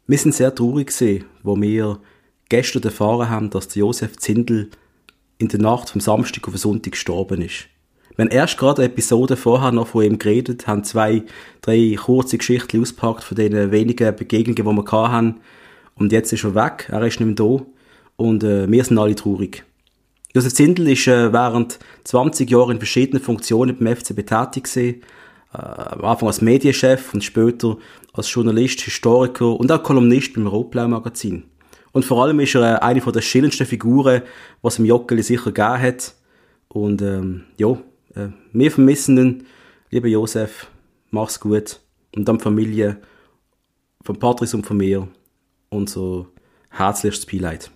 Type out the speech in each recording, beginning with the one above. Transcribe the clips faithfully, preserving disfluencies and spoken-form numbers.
Wir sind sehr traurig gewesen, wo wir gestern erfahren haben, dass der Josef Zindel in der Nacht vom Samstag auf den Sonntag gestorben ist. Wir haben erst gerade eine Episode vorher noch von ihm geredet, haben zwei, drei kurze Geschichten ausgepackt von den wenigen Begegnungen, die wir hatten. Und jetzt ist er weg, er ist nicht mehr da. Und äh, wir sind alle traurig. Josef Zindel ist äh, während zwanzig Jahren in verschiedenen Funktionen beim F C B tätig gewesen. Äh, am Anfang als Medienchef und später als Journalist, Historiker und auch Kolumnist beim Rotblau-Magazin. Und vor allem ist er äh, eine der schillendsten Figuren, was im Joggeli sicher gegeben hat. Und ähm, ja, äh, wir vermissen ihn. Lieber Josef, mach's gut. Und dann die Familie von Patrice und von mir unser herzlichstes Beileid.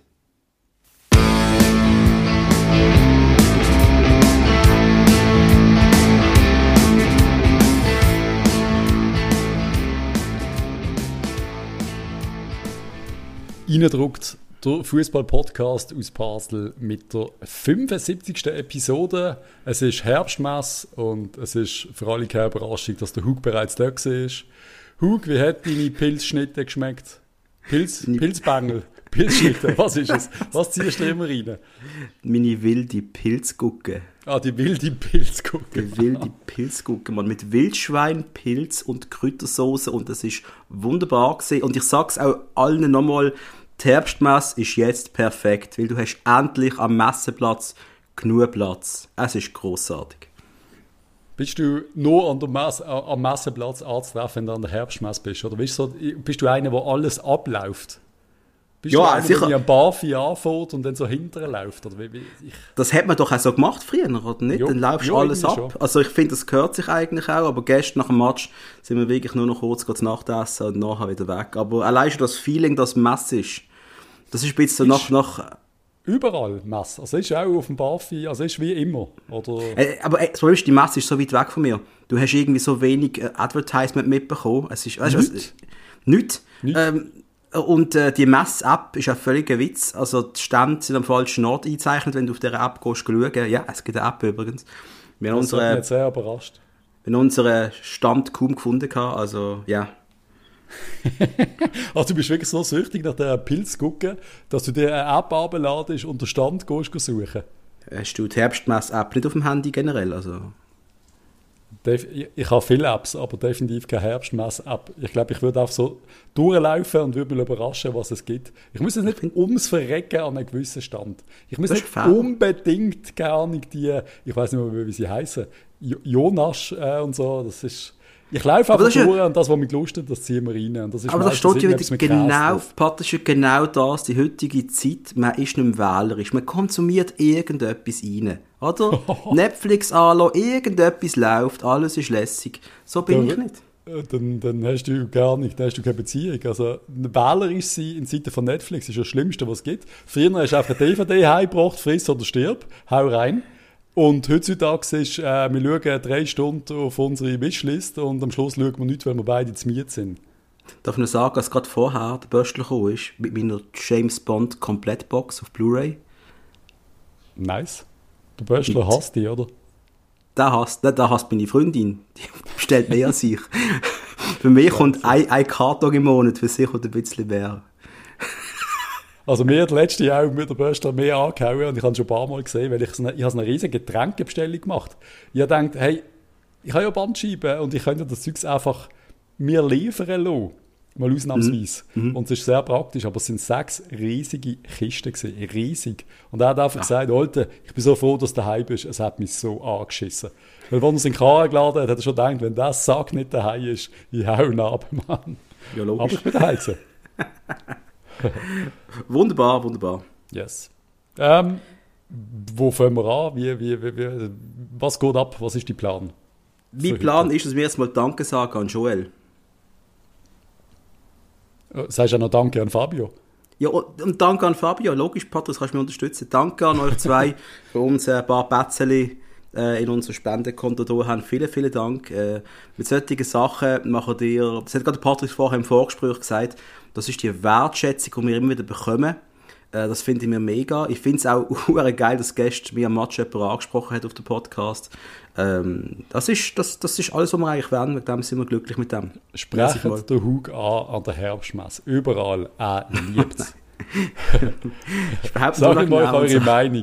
Reindruckt der Fußball-Podcast aus Basel mit der fünfundsiebzigsten Episode. Es ist Herbstmesse und es ist für alle keine Überraschung, dass der Hug bereits da war. Hug, wie hat deine Pilzschnitte geschmeckt? Pilz, Pilzbängel, Pilzschnitte, was ist es? Was ziehst du immer rein? Meine wilde Pilzgucke. Ah, die wilde Pilzgucke. Die wilde Pilzgucke, man, mit Wildschwein, Pilz und Kräutersoße und das ist wunderbar gewesen. Und ich sag's auch allen nochmal, die Herbstmesse ist jetzt perfekt, weil du hast endlich am Messeplatz genug Platz. Es ist grossartig. Bist du nur an der Messe, am Messeplatz anzutreffen, wenn du an der Herbstmesse bist? Oder bist du, so, bist du einer, der alles abläuft? Bist ja, du einer, sicher. der am Barfi anfährt und dann so hinterher läuft? Oder wie, wie, ich... Das hat man doch auch so gemacht früher, oder nicht? Jo, dann läufst du alles ab. Schon. Also ich finde, das gehört sich eigentlich auch, aber gestern nach dem Match sind wir wirklich nur noch kurz zu Nacht essen und nachher wieder weg. Aber allein schon das Feeling, das Messe ist, das ist ein bisschen so nach... nach überall Messe. Also ist auch auf dem Barfi, also ist wie immer. Oder? Äh, aber äh, das Problem ist, die Messe ist so weit weg von mir. Du hast irgendwie so wenig äh, Advertisement mitbekommen. Es ist, weißt, nicht. Was, nicht. nicht. Ähm, und äh, die Messe-App ist ein völliger Witz. Also die Stände sind am falschen Ort eingezeichnet, wenn du auf dieser App gehst, schauen. Ja, es gibt eine App übrigens. Wir haben das unsere, hat mich sehr überrascht. Wir haben unseren Stand kaum gefunden. Also ja. Also du bist wirklich so süchtig nach der Pilz gucken, dass du dir eine App runterladest und den Stand gehst suchen. Hast du die Herbstmesse-App nicht auf dem Handy generell? Also ich habe viele Apps, aber definitiv keine Herbstmesse-App. Ich glaube, ich würde auch so durchlaufen und würde mich überraschen, was es gibt. Ich muss jetzt nicht ums Verrecken an einem gewissen Stand. Ich muss nicht fair. unbedingt, keine Ahnung, die, ich weiß nicht mehr, wie sie heißen, Jonas äh, und so, das ist... Ich laufe einfach durch ja, und das, was mich lustet, das ziehen wir rein. Und das ist aber das steht ja wieder genau, Patrick, genau das, die heutige Zeit, man ist nicht mehr wählerisch, man konsumiert irgendetwas rein, oder? Netflix anlassen, irgendetwas läuft, alles ist lässig. So bin ja, ich nicht. Dann, dann hast du gar nicht, dann hast du keine Beziehung. Also wählerisch sein in Zeiten von Netflix ist das Schlimmste, was es gibt. Früher hast du einfach eine D V D heimgebracht, friss oder stirb, hau rein. Und heutzutage ist, äh, wir schauen drei Stunden auf unsere Wishlist und am Schluss schauen wir nicht, weil wir beide zu Miet sind. Darf ich nur sagen, dass gerade vorher der Böstler gekommen ist, mit meiner James Bond Komplettbox auf Blu-ray? Nice. Der Böstler hasst dich, oder? Der hasst, der, der hasst meine Freundin. Die bestellt mehr als ich. Für mich kommt ein, ein Karton im Monat, für sich kommt ein bisschen mehr. Also mir hat letzte Jahr auch mit der Böstler mehr angehauen und ich habe es schon ein paar Mal gesehen, weil ich, so eine, ich habe eine riesige Getränkebestellung gemacht. Ich habe gedacht, hey, ich habe ja Bandscheiben und ich könnte das Zeug einfach mir liefern lassen. Mal ausnahmsweise. Mhm. Und es ist sehr praktisch, aber es sind sechs riesige Kisten gewesen, riesig. Und er hat einfach ja. gesagt, Alter, ich bin so froh, dass du daheim bist. Es hat mich so angeschissen. Weil wenn er es in den Karren geladen hat, hat er schon gedacht, wenn das Sack nicht daheim ist, ich hau ihn ab, Mann. Ja, logisch. Aber ich bin daheim gewesen. Wunderbar, wunderbar. Yes. Ähm, wo fangen wir an? Wie, wie, wie, wie, was geht ab? Was ist dein Plan? Mein Plan heute? ist, dass wir jetzt mal Danke sagen an Joel. Sagst du auch noch Danke an Fabio? Ja, und Danke an Fabio. Logisch, Patrick, kannst du mich unterstützen. Danke an euch zwei für uns ein paar Bätzeli äh, in unser Spendenkonto da haben. Vielen, vielen Dank. Äh, mit solchen Sachen machen dir, das hat gerade Patrick vorher im Vorgespräch gesagt, das ist die Wertschätzung, die wir immer wieder bekommen. Äh, das finde ich mir mega. Ich finde es auch geil, dass Gäste mir am Match jemand angesprochen hat auf dem Podcast. Ähm, das, ist, das, das ist alles, was wir eigentlich wollen. Mit dem sind wir glücklich mit dem. Sprecht den Hug an an der Herbstmesse. Überall. Er liebt es. Sag ich mal eure so. Meinung.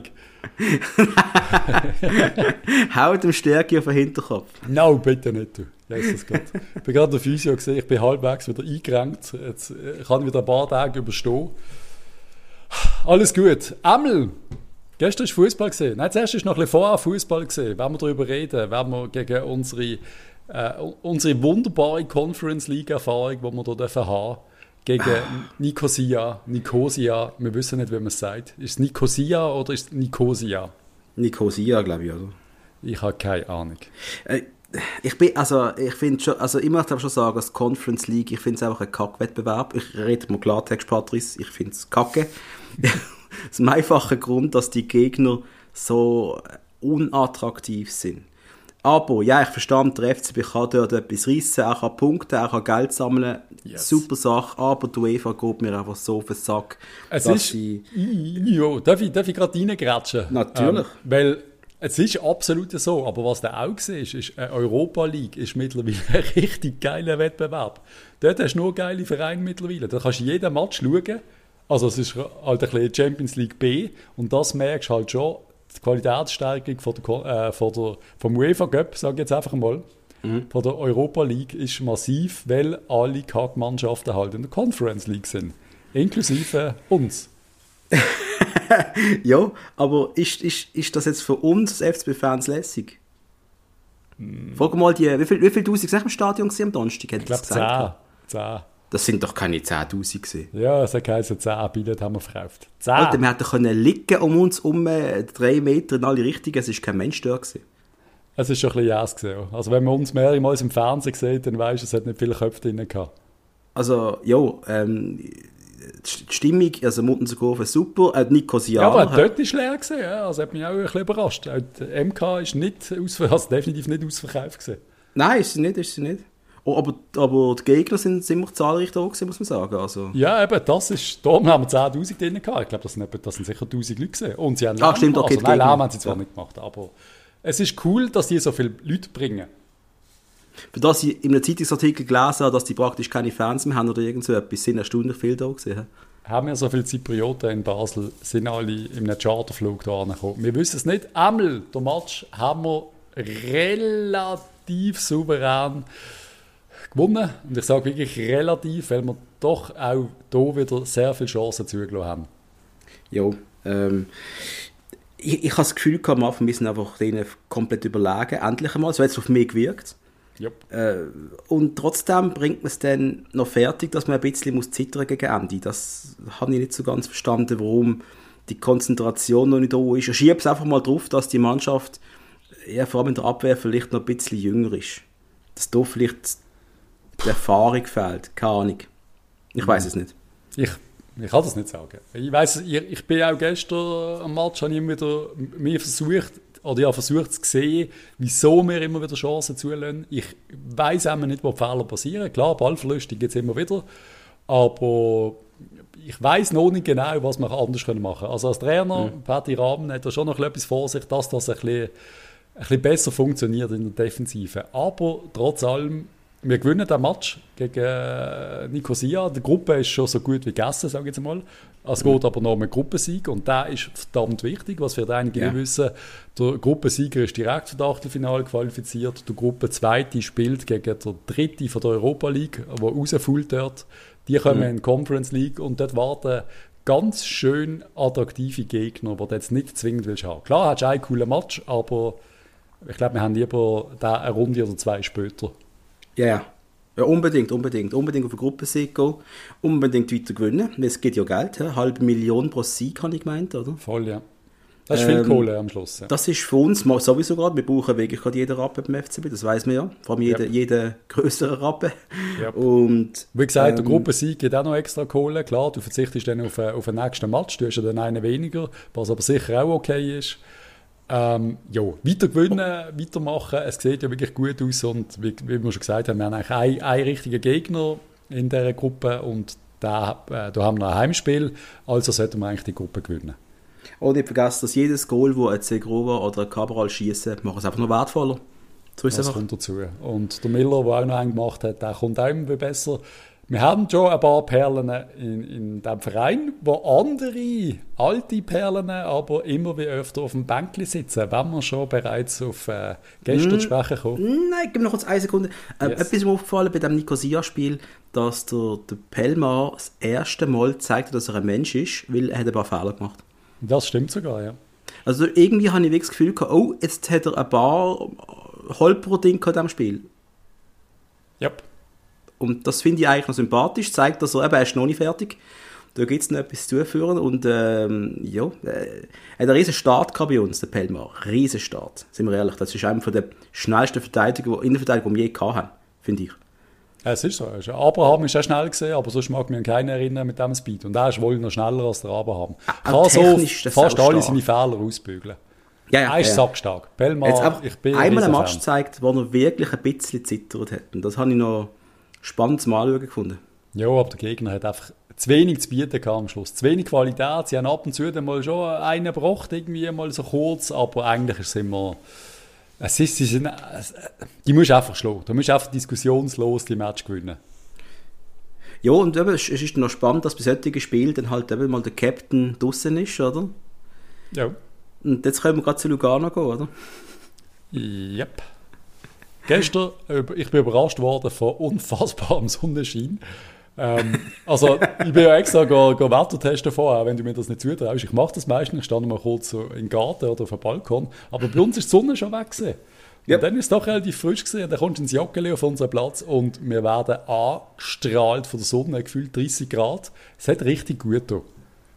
Haut dem Stärke auf den Hinterkopf. Nein, no, bitte nicht. Du. Jesus Gott. Ich bin gerade in der Physio gesehen, ich bin halbwegs wieder eingerenkt. Jetzt kann ich wieder ein paar Tage überstehen. Alles gut. Amel, gestern ist Fußball gesehen. Nein, zuerst ist noch ein bisschen vorher Fußball gesehen. Wenn wir darüber reden, wenn wir gegen unsere, äh, unsere wunderbare Conference League Erfahrung, die wir hier dürfen haben, gegen Nicosia, Nicosia, wir wissen nicht, wie man es sagt. Ist es Nicosia oder ist es Nicosia? Nicosia, glaube ich, oder? Ich habe keine Ahnung. Äh, ich bin, also, ich finde schon, also ich möchte schon sagen, als Conference League, ich finde es einfach ein Kackwettbewerb. Ich rede mal Klartext, Patrice, ich finde es kacke. Aus dem einfachen Grund, dass die Gegner so unattraktiv sind. Aber, ja, ich verstehe, der F C B kann dort etwas reissen, er kann Punkte, er kann Geld sammeln, yes. Super Sache, aber die UEFA geht mir einfach so auf den Sack, es dass ist, sie... Ja, darf ich, darf ich gerade reingrätschen? Natürlich. Ähm, weil es ist absolut so, aber was du auch siehst, ist, eine Europa League ist mittlerweile ein richtig geiler Wettbewerb. Dort hast du nur geile Vereine mittlerweile, da kannst du jeden Match schauen, also es ist halt ein bisschen Champions League B und das merkst du halt schon, die Qualitätssteigerung von der, äh, von der, vom UEFA Cup, sage ich jetzt einfach mal, mhm. von der Europa League ist massiv, weil alle Kackmannschaften halt in der Conference League sind. Inklusive uns. Ja, aber ist, ist, ist das jetzt für uns als F C B-Fans lässig? Mm. Frag mal, die, wie viel, wie viel Tausend sind im Stadion am Donnerstag? Ich glaube zehn. zehn. Das sind doch keine zehntausend gewesen. Ja, es hat geheißen, zehn Billett haben wir verkauft. zehn. Alter, wir hätten können liegen um uns um äh, drei Meter in alle Richtungen, es war kein Mensch da gewesen. Es war schon ein bisschen jäss gewesen. Also wenn man uns mehrmals im Fernsehen sieht, dann weisst du, es hat nicht viele Köpfe drin gehabt. Also, ja, ähm, die Stimmung, also Muttenserkurve super, äh, Nicosia. Ja, aber dort war es leer gewesen, ja. Also hat mich auch ein bisschen überrascht. Die M K ist nicht ausver- also definitiv nicht ausverkauft gewesen. Nein, ist sie nicht, ist sie nicht. Oh, aber, aber die Gegner sind ziemlich zahlreich da gewesen, muss man sagen. Also. Ja, eben, das ist, da haben wir zehntausend drin gehabt. Ich glaube, das sind, etwa, das sind sicher tausend Leute gewesen. Und sie haben ah, stimmt, okay, also, nein, Lärm haben sie zwar ja. nicht gemacht, aber es ist cool, dass die so viele Leute bringen. Für das ich in einem Zeitungsartikel gelesen habe, dass die praktisch keine Fans mehr haben oder irgend so etwas, sind erstaunlich viele da gewesen. Haben wir so viele Zyprioten in Basel, sind alle in einem Charterflug da angekommen. Wir wissen es nicht. Einmal, den Match haben wir relativ souverän gewonnen. Und ich sage wirklich relativ, weil wir doch auch hier wieder sehr viele Chancen zugelassen haben. Ja, ähm, ich, ich habe das Gefühl gehabt, am Anfang, wir sind einfach denen komplett überlegen. Endlich einmal, so hat es auf mich gewirkt. Yep. Äh, und trotzdem bringt man es dann noch fertig, dass man ein bisschen muss zittern gegen Ende. Das habe ich nicht so ganz verstanden, warum die Konzentration noch nicht da ist. Ich schiebe es einfach mal drauf, dass die Mannschaft, ja, vor allem in der Abwehr, vielleicht noch ein bisschen jünger ist. Dass da vielleicht die Erfahrung fehlt. Keine Ahnung. Ich weiß es nicht. Ich, ich kann das nicht sagen. Ich weiss, ich, ich bin auch gestern am Match, habe ich immer wieder mir versucht, oder ich habe versucht zu sehen, wieso wir immer wieder Chancen zulassen. Ich weiss immer nicht, wo die Fehler passieren. Klar, Ballverluste gibt es immer wieder. Aber ich weiss noch nicht genau, was wir anders machen können. Also als Trainer, mhm. Patti Rahmen, hat da schon noch etwas vor sich, dass das ein bisschen, ein bisschen besser funktioniert in der Defensive. Aber trotz allem, wir gewinnen den Match gegen Nicosia. Die Gruppe ist schon so gut wie gegessen, sage ich jetzt mal. Es geht aber noch um einen Gruppensieg und der ist verdammt wichtig, was wir einige yeah. nicht wissen. Der Gruppensieger ist direkt für das Achtelfinale qualifiziert. Der Gruppenzweite spielt gegen den Dritten von der Europa League, der rausfällt dort. Die kommen mm. in die Conference League und dort warten ganz schön attraktive Gegner, die du jetzt nicht zwingend willst haben. Klar, hast du einen coolen Match, aber ich glaube, wir haben lieber den eine Runde oder zwei später. Ja, yeah. Ja, unbedingt, unbedingt. Unbedingt auf den Gruppensieg gehen. Unbedingt weiter gewinnen. Es gibt ja Geld. Eine halbe Million pro Sieg, habe ich gemeint, oder? Voll, ja. Das ist ähm, viel Kohle am Schluss. Ja. Das ist für uns sowieso gerade. Wir brauchen wirklich gerade jeden Rappen beim F C B. Das weiss man ja. Vor allem jeden, yep. jeden grösseren Rappen. Yep. Und, wie gesagt, ähm, der Gruppensieg gibt auch noch extra Kohle. Klar, du verzichtest dann auf, auf den nächsten Match. Du hast ja dann einen weniger, was aber sicher auch okay ist. Ähm, ja, weiter gewinnen, weitermachen, es sieht ja wirklich gut aus und wie, wie wir schon gesagt haben, wir haben eigentlich einen, einen richtigen Gegner in dieser Gruppe und den da, äh, da haben wir ein Heimspiel, also sollten wir eigentlich die Gruppe gewinnen. Und nicht vergessen, dass jedes Goal, das ein Segrova oder ein Cabral schießen, macht es einfach noch wertvoller. So ist das einfach. Kommt dazu. Und der Miller, der auch noch einen gemacht hat, der kommt auch immer besser. Wir haben schon ein paar Perlen in, in diesem Verein, wo andere alte Perlen aber immer wie öfter auf dem Bänkli sitzen, wenn wir schon bereits auf äh, Gäste mm, zu sprechen kommen. Nein, gib mir noch kurz eine Sekunde. Ähm, yes. Etwas ist mir aufgefallen bei dem Nicosia-Spiel, dass der, der Pelmar das erste Mal zeigt, dass er ein Mensch ist, weil er hat ein paar Fehler gemacht. Das stimmt sogar, ja. Also irgendwie habe ich wirklich das Gefühl gehabt, oh, jetzt hat er ein paar Holpro-Dinge in diesem Spiel. Ja. Yep. Und das finde ich eigentlich noch sympathisch, zeigt, dass er eben, er ist noch nicht fertig. Da gibt es noch etwas zu führen. Und ähm, ja, äh, er hat einen riesen Start gehabt bei uns, der Pelmar. Riesen Start, sind wir ehrlich. Das ist einer der schnellsten Verteidiger, Innenverteidiger, die wir je gehabt haben, finde ich. Ja, es ist so. Abraham ist auch schnell gesehen, aber sonst mag mich an keinen erinnern mit diesem Speed. Und er ist wohl noch schneller als der Abraham. Kann so fast alle seine Fehler ausbügeln. Ja, ja, er ist ja. sackstark. Pelmar, ich bin einmal ein Match gezeigt, wo er wirklich ein bisschen zittert hat. Und das habe ich noch spannend zum Anschauen gefunden. Ja, aber der Gegner hat einfach zu wenig zu bieten gehabt am Schluss. Zu wenig Qualität. Sie haben ab und zu dann mal schon einen gebracht, irgendwie mal so kurz, aber eigentlich ist es immer... Es ist, sie sind, die musst du einfach schlagen. Du musst einfach diskussionslos die Match gewinnen. Ja, und eben, es ist noch spannend, dass bei solchen Spielen dann halt eben mal der Captain draussen ist, oder? Ja. Und jetzt können wir gerade zu Lugano gehen, oder? Yep. Gestern, ich bin überrascht worden von unfassbarem Sonnenschein. ähm, also, ich bin ja extra go, go Wetter testen vorher, wenn du mir das nicht zutraust. Ich mache das meistens, ich stand mal kurz so im Garten oder auf dem Balkon. Aber bei uns ist die Sonne schon weg gewesen. Yep. Und dann ist es doch relativ frisch gewesen. Und dann kommst du ins Joggeli auf unseren Platz und wir werden angestrahlt von der Sonne, gefühlt dreißig Grad. Es hat richtig gut getan.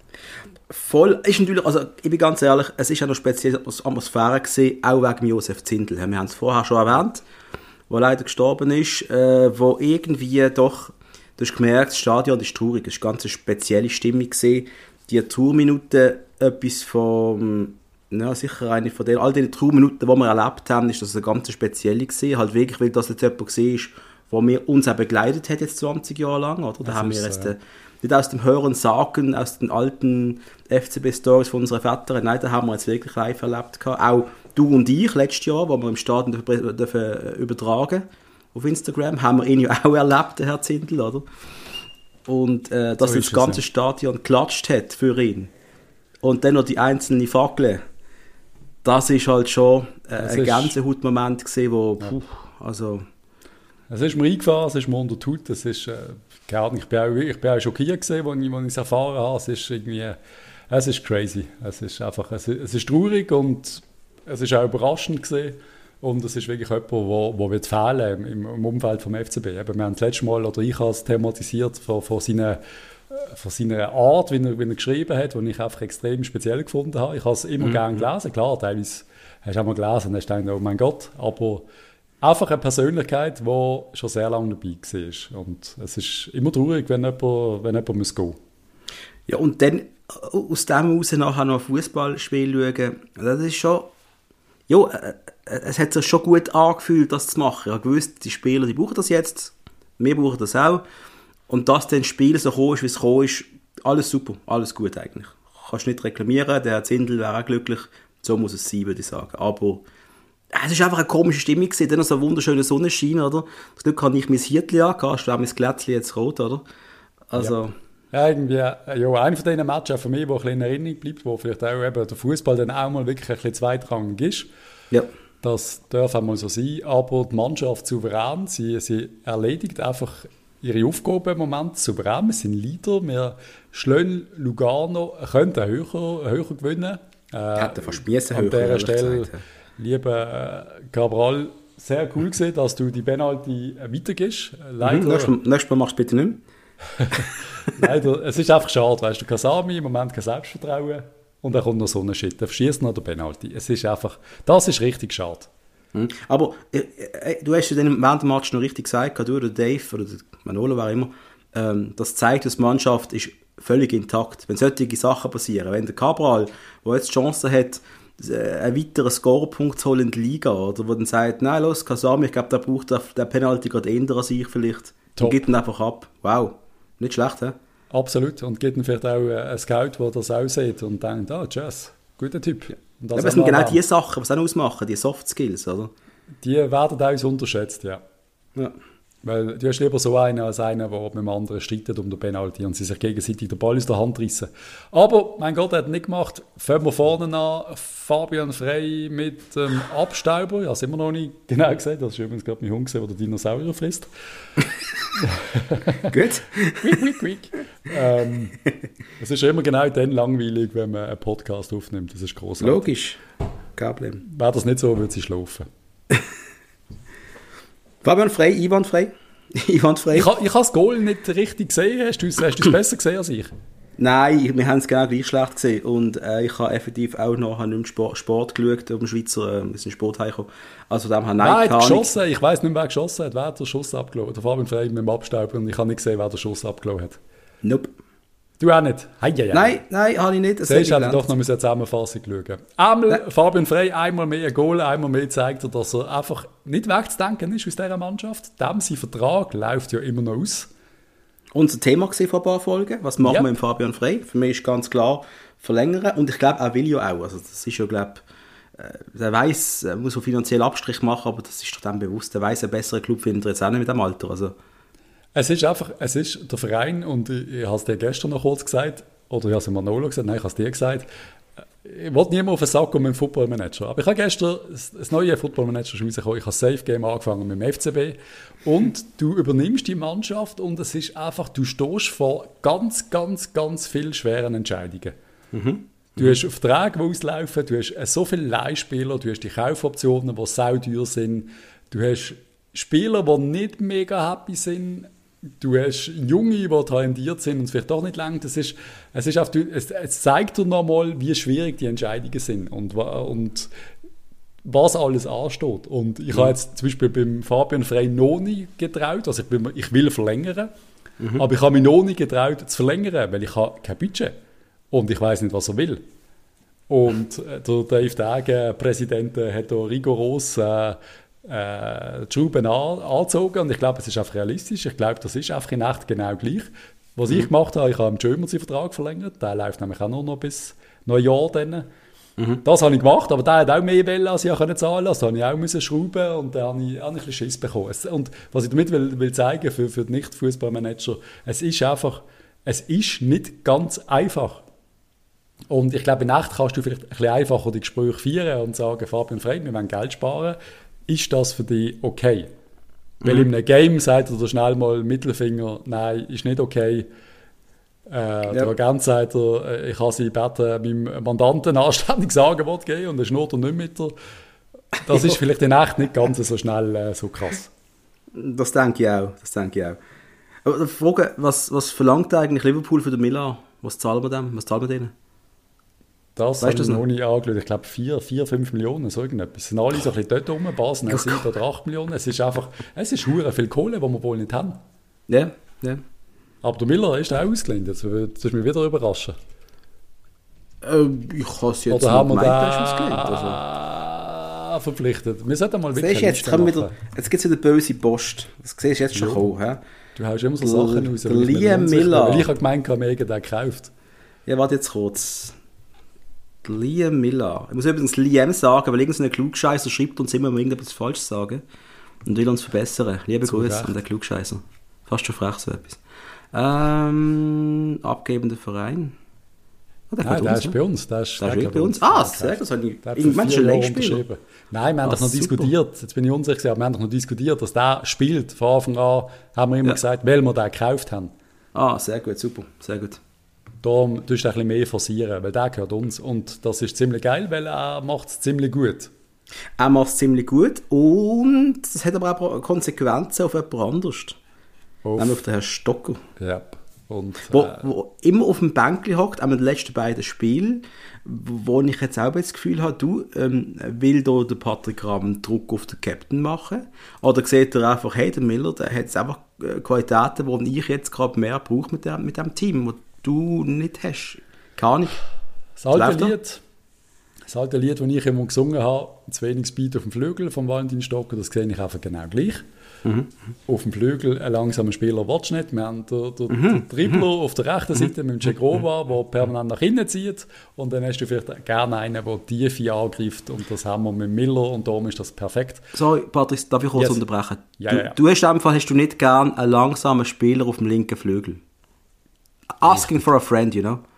Voll, ist natürlich, also ich bin ganz ehrlich, es ist ja noch spezielle Atmosphäre gewesen, auch wegen Josef Zindel. Wir haben es vorher schon erwähnt, der leider gestorben ist, äh, wo irgendwie doch, du hast gemerkt, das Stadion ist traurig, es war eine ganz spezielle Stimmung gewesen. Die Tourminuten, etwas von, ja sicher eine von den, all den Tourminuten, die wir erlebt haben, ist das eine ganz spezielle gewesen, halt wirklich, weil das jetzt jemand war, der mir uns auch begleitet hat, jetzt zwanzig Jahre lang, oder? Da das haben wir jetzt so, ja. Nicht aus dem Hören sagen, aus den alten F C B-Stories von unseren Vätern. Nein, da haben wir jetzt wirklich live erlebt. Auch du und ich letztes Jahr, wo wir im Stadion dürfen, dürfen übertragen auf Instagram, haben wir ihn ja auch erlebt, der Herr Zindel, oder? Und äh, dass so das ganze ja. Stadion geklatscht hat für ihn. Und dann noch die einzelnen Fackeln. Das ist halt schon äh, ein Gänsehautmoment gewesen, wo, puh, also... Es ist mir eingefahren, es ist mir unter die Haut, es ist, äh, ich bin auch, ich bin auch schockiert gewesen, als ich, als ich es erfahren habe, es ist irgendwie, es ist crazy, es ist einfach, es ist, es ist traurig und es ist auch überraschend gewesen und es ist wirklich jemand, wo, wo wird fehlen im, im Umfeld vom F C B. Eben, wir haben das letzte Mal, oder ich habe es thematisiert, von, von, seiner, von seiner Art, wie er, wie er geschrieben hat, die ich einfach extrem speziell gefunden habe. Ich habe es immer mhm. gerne gelesen, klar, teilweise hast du auch mal gelesen und hast gedacht, oh mein Gott, aber einfach eine Persönlichkeit, die schon sehr lange dabei war. Und es ist immer traurig, wenn jemand, wenn jemand muss gehen muss. Ja, und dann aus dem heraus nachher noch ein Fußballspiel schauen, das ist schon... Ja, es hat sich schon gut angefühlt, das zu machen. Ich habe gewusst, die Spieler, die brauchen das jetzt, wir brauchen das auch. Und dass dann das Spiel so gekommen ist, wie es gekommen ist, alles super, alles gut eigentlich. Kannst nicht reklamieren, der Herr Zindel wäre auch glücklich, so muss es sein, würde ich sagen. Aber... Es war einfach eine komische Stimmung, dann noch so ein wunderschöner Sonnenschein, oder? Das Glück habe ich mein Hirtli angehabt, hast du auch mein Glätzchen jetzt rot, oder? Also... Ja, ja irgendwie, ja, einer von diesen Matches für mich, der ein bisschen in Erinnerung bleibt, wo vielleicht auch eben der Fußball dann auch mal wirklich ein bisschen zweitrangig ist. Ja. Das darf auch mal so sein, aber die Mannschaft souverän, sie, sie erledigt einfach ihre Aufgabe im Moment souverän, wir sind Leader, wir schlagen Lugano, könnten höher, höher gewinnen. Äh, Hätte fast Miesse höher, an dieser Stelle. Gesagt, ja. Lieber äh, Cabral, sehr cool gesehen, dass du die Penalty äh, weitergibst. Leider, mhm, nächstes, Mal, nächstes Mal machst du bitte nicht mehr. Leider, es ist einfach schade, weißt du, Kasami im Moment kein Selbstvertrauen und dann kommt noch so ein Shit, dann verschießt noch der Penalty. Es ist einfach, das ist richtig schade. Mhm. Aber äh, äh, du hast ja dann während dem Match noch richtig gesagt, du oder Dave oder Manolo, wer immer, ähm, das zeigt, dass die Mannschaft ist völlig intakt. Wenn solche Sachen passieren, wenn der Cabral, der jetzt die Chance hat, einen weiteren Scorepunkt zu holen in der Liga, oder wo dann sagt, nein, los, Kasami, ich glaube, der braucht der Penalty gerade eher als ich vielleicht. Und gibt ihn einfach ab. Wow, nicht schlecht, hä? Absolut. Und gibt dann vielleicht auch einen Scout, der das auch sieht und denkt, ah, Jazz, guter Typ. Und das Aber es sind genau die Sachen, was auch ausmachen, die Soft Skills, oder? Die werden auch unterschätzt, ja. Ja. Weil du hast lieber so einen als einen, der mit dem anderen streitet um den Penalty und sie sich gegenseitig den Ball aus der Hand reissen. Aber, mein Gott, er hat nicht gemacht. Fangen wir vorne an. Fabian Frey mit dem ähm, Abstauber. Ich habe es immer noch nicht genau gesagt. Das ist übrigens gerade mein Hund gesehen, der Dinosaurier frisst. Gut. Quick, quick, quick. ähm, es ist immer genau dann langweilig, wenn man einen Podcast aufnimmt. Das ist großartig. Logisch. Kein Problem. Wäre das nicht so, würde sie schlafen. Fabian Frey, Ivan Frey. Ivan Frey. Ich, ich habe das Goal nicht richtig gesehen. Hast du es hast du's besser gesehen als ich? Nein, wir haben es genau gleich schlecht gesehen. Und äh, ich habe effektiv auch nachher nicht mehr Sport, Sport geschaut, um Schweizer, äh, wir sind Sport heimgekommen. Also dem haben nein, nein geschossen. Ich weiss nicht mehr, wer geschossen hat. Wer hat den Schuss abgelassen? Der Fabian Frey mit dem Abstauber und ich habe nicht gesehen, wer den Schuss abgelassen hat. Nope. Du auch nicht? Hei, hei, hei. Nein, nein, habe ich nicht. Das Siehst, hätte ich doch noch eine Zusammenfassung schauen. Einmal Nein. Fabian Frey, einmal mehr ein Goal, einmal mehr zeigt er, dass er einfach nicht wegzudenken ist aus dieser Mannschaft. Dem sein Vertrag läuft ja immer noch aus. Unser Thema war vor ein paar Folgen. Was machen Ja. wir mit Fabian Frey? Für mich ist ganz klar verlängern. Und ich glaube, er will ja auch. Also das ist ja, glaube äh, er weiss, er muss so finanziell Abstrich machen, aber das ist doch dem bewusst. Er weiss, einen besseren Club findet er jetzt auch nicht mit dem Alter. Also Es ist einfach, es ist der Verein, und ich, ich habe es dir gestern noch kurz gesagt, oder ich habe es im Manolo gesagt, nein, ich habe es dir gesagt, ich wollte niemand auf den Sack kommen mit dem Football Manager. Aber ich habe gestern das neue Football Manager rausgekommen. Ich habe das Safe Game angefangen mit dem F C B. Und du übernimmst die Mannschaft und es ist einfach, du stehst vor ganz, ganz, ganz vielen schweren Entscheidungen. mhm. Du hast Verträge, die auslaufen, du hast so viele Leihspieler, du hast die Kaufoptionen, die sauteuer sind, du hast Spieler, die nicht mega happy sind, du hast Junge, die talentiert sind und es vielleicht doch nicht lang. Das ist, es, ist auf, es, es zeigt dir nochmal, wie schwierig die Entscheidungen sind und, und was alles ansteht. Und ich mhm. habe jetzt zum Beispiel beim Fabian Frey noch nicht getraut, also ich, bin, ich will verlängern, mhm. aber ich habe mich noch nicht getraut zu verlängern, weil ich habe kein Budget und ich weiß nicht, was er will. Und äh, der Dave Degen, Präsident, äh, hat da rigoros äh, äh, die Schrauben an, angezogen und ich glaube, es ist einfach realistisch. Ich glaube, das ist einfach in echt genau gleich. Was mhm. ich gemacht habe, ich habe im Schömer seinen Vertrag verlängert, der läuft nämlich auch nur noch bis Neujahr dann. Mhm. Das habe ich gemacht, aber der hat auch mehr wollen, als ich zahlen konnte. Also habe ich auch müssen schrauben und dann habe ich, habe ich ein bisschen Schiss bekommen. Es, und was ich damit will, will zeigen für, für die Nicht-Fußballmanager, es ist einfach, es ist nicht ganz einfach. Und ich glaube, in Nacht kannst du vielleicht ein bisschen einfacher die Gespräche führen und sagen, Fabian Frey, wir wollen Geld sparen. Ist das für dich okay? Mhm. Weil in einem Game sagt er schnell mal Mittelfinger, nein, ist nicht okay. Äh, ja. Der Agent sagt er, ich habe sie gebeten, meinem Mandanten ein anständiges Angebot geben und er schnurrt er nicht mit dir. Das ist vielleicht in echt nicht ganz so schnell äh, so krass. Das denke ich auch. Das denke ich auch. Aber die Frage, was, was verlangt eigentlich Liverpool für den Milan? Was zahlen wir dem? Was zahlen wir denen? Das habe ich noch nicht angeschaut. Ich glaube vier, vier, fünf Millionen, so irgendetwas. Es sind alle so ein bisschen dort rum, Basen sieben oder acht Millionen. Es ist einfach, es ist verdammt viel Kohle, die wir wohl nicht haben. Ja, ja. Aber der Miller ist auch ausgelehnt. Das würde mich wieder überraschen. Äh, ich habe es jetzt oder haben wir da ausgelehnt. Also. Verpflichtet. Wir sollten mal wirklich jetzt, wieder, jetzt gibt es wieder böse Post. Das siehst du jetzt schon ja. kommen. He? Du haust immer so Sachen raus. Liam Miller. Weil ich habe gemeint, ich habe mir irgendeinen gekauft. Ja, warte jetzt kurz. Liam Miller. Ich muss übrigens Liam sagen, weil irgendein Klugscheißer schreibt uns immer, wenn wir irgendetwas falsch sagen und will uns verbessern. Liebe Grüße an den Klugscheißer. Fast schon frech so etwas. Ähm, abgebender Verein. Oh, der Nein, der uns, ist bei uns. Der ist, der ist bei uns. Ah, sehr gut. Das habe ich irgendwann schon längst gespielt. Nein, wir haben ah, doch noch super. diskutiert. Jetzt bin ich unsicher, aber wir haben doch noch diskutiert, dass der spielt. Von Anfang an haben wir immer ja. gesagt, weil wir den gekauft haben. Ah, sehr gut, super. Sehr gut. Darum tust du ein bisschen mehr forcieren, weil der gehört uns. Und das ist ziemlich geil, weil er macht es ziemlich gut. Er macht es ziemlich gut und es hat aber auch Konsequenzen auf jemand anderes. Auf. Nämlich auf den Herrn Stocker. Ja. Und, wo, äh, wo immer auf dem Bänkchen hockt, auch mit den letzten beiden Spielen, wo ich jetzt auch das Gefühl habe, du, ähm, will da der Patrick Rahm Druck auf den Captain machen? Oder sieht er einfach, hey, der Miller, der hat jetzt einfach Qualitäten, die ich jetzt gerade mehr brauche mit dem, mit dem Team, das du nicht hast. Keine Ahnung. Das alte Lied, das alte Lied, das ich immer gesungen habe, zu wenig Speed auf dem Flügel von Valentin Stocker, das sehe ich einfach genau gleich. Mhm. Auf dem Flügel einen langsamen Spieler willst du nicht. Wir haben den, den, mhm. den Dribbler mhm. auf der rechten Seite mit dem Cegrova, der permanent nach innen zieht. Und dann hast du vielleicht gerne einen, der Tiefe angreift. Und das haben wir mit Miller und darum ist das perfekt. Sorry, Patrice, darf ich kurz yes. unterbrechen? Ja, du, ja, ja. du hast einfach, hast du nicht gern einen langsamen Spieler auf dem linken Flügel? Asking for a friend, you know?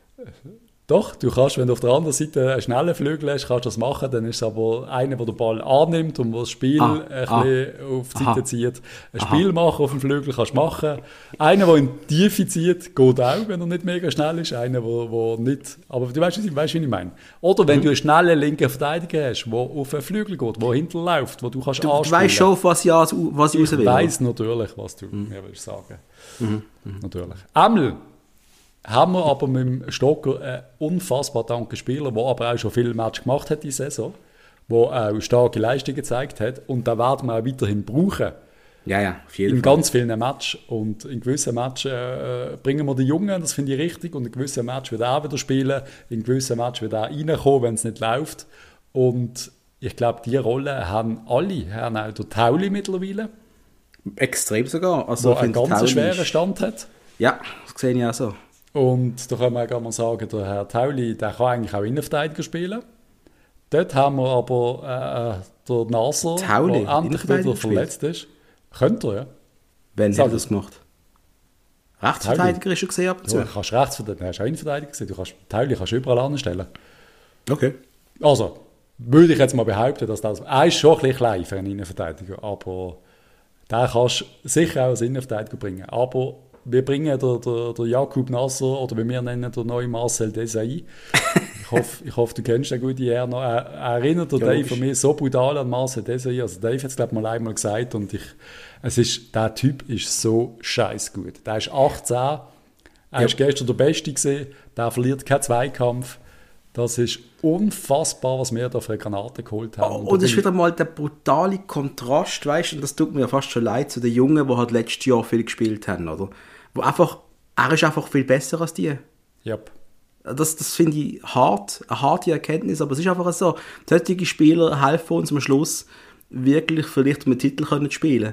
Doch, du kannst, wenn du auf der anderen Seite einen schnellen Flügel hast, kannst du das machen. Dann ist es aber einer, der den Ball annimmt und der das Spiel ah, ein ah, bisschen auf die Seite aha, zieht. Ein aha. Spiel machen auf dem Flügel kannst du machen. Einer, der in die Tiefe zieht, geht auch, wenn er nicht mega schnell ist. Einer, der, der nicht... Aber du weißt, weißt, wie ich meine. Oder wenn mhm. du einen schnellen linken Verteidiger hast, der auf den Flügel geht, der hinterläuft, wo du kannst du, anspielen. Du weißt schon, was ich, was ich, ich raus will. Ich weiss natürlich, was du mhm. mir willst sagen. Mhm. Mhm. Natürlich. Emil, haben wir aber mit dem Stocker einen unfassbar danken Spieler, der aber auch schon viele Matches gemacht hat diese Saison, der auch starke Leistungen gezeigt hat und da werden wir auch weiterhin brauchen. Ja, ja, auf jeden in Fall. ganz vielen Matches und in gewissen Matches äh, bringen wir die Jungen, das finde ich richtig, und in gewissen Matches wird er auch wieder spielen, in gewissen Matches wird er auch reinkommen, wenn es nicht läuft, und ich glaube, diese Rolle haben alle, haben auch der Tauli mittlerweile. Extrem sogar. Also der einen ganz Tauli schweren Stand hat. Ja, das sehe ich auch so. Und da kann man auch mal sagen, der Herr Tauli, der kann eigentlich auch Innenverteidiger spielen. Dort haben wir aber äh, der Nasser, Tauli, der endlich wieder verletzt ist. Könnte er, ja. Wann hat er das gemacht? Rechtsverteidiger ist schon gesehen ab und zu. Ja, du kannst Rechtsverteidiger, du hast auch Innenverteidiger gesehen. Du kannst, Tauli kannst du überall anstellen. Okay. Also, würde ich jetzt mal behaupten, dass das... Er ist schon ein bisschen klein für einen Innenverteidiger, aber den kannst du sicher auch als Innenverteidiger bringen. Aber wir bringen der, der, der Jakub Nasser, oder wie wir nennen, der neue Marcel Desailly. Ich hoffe, ich hoffe, du kennst den guten Herrn noch. Er, er erinnert der ja, Dave von mir so brutal an Marcel Desailly. Also Dave hat es, glaube ich, mal einmal gesagt. Und ich, es ist, der Typ ist so scheiß gut. Der ist achtzehn. Er ja. ist gestern der Beste gesehen. Der verliert keinen Zweikampf. Das ist unfassbar, was wir da für eine Granate geholt haben. Oh, und das ist wieder mal der brutale Kontrast, weißt du, und das tut mir ja fast schon leid zu den Jungen, die halt letztes Jahr viel gespielt haben, oder? Wo einfach, er ist einfach viel besser als die. Yep. Das, das finde ich hart, eine harte Erkenntnis, aber es ist einfach so, solche Spieler helfen uns am Schluss wirklich vielleicht um einen Titel können zu spielen.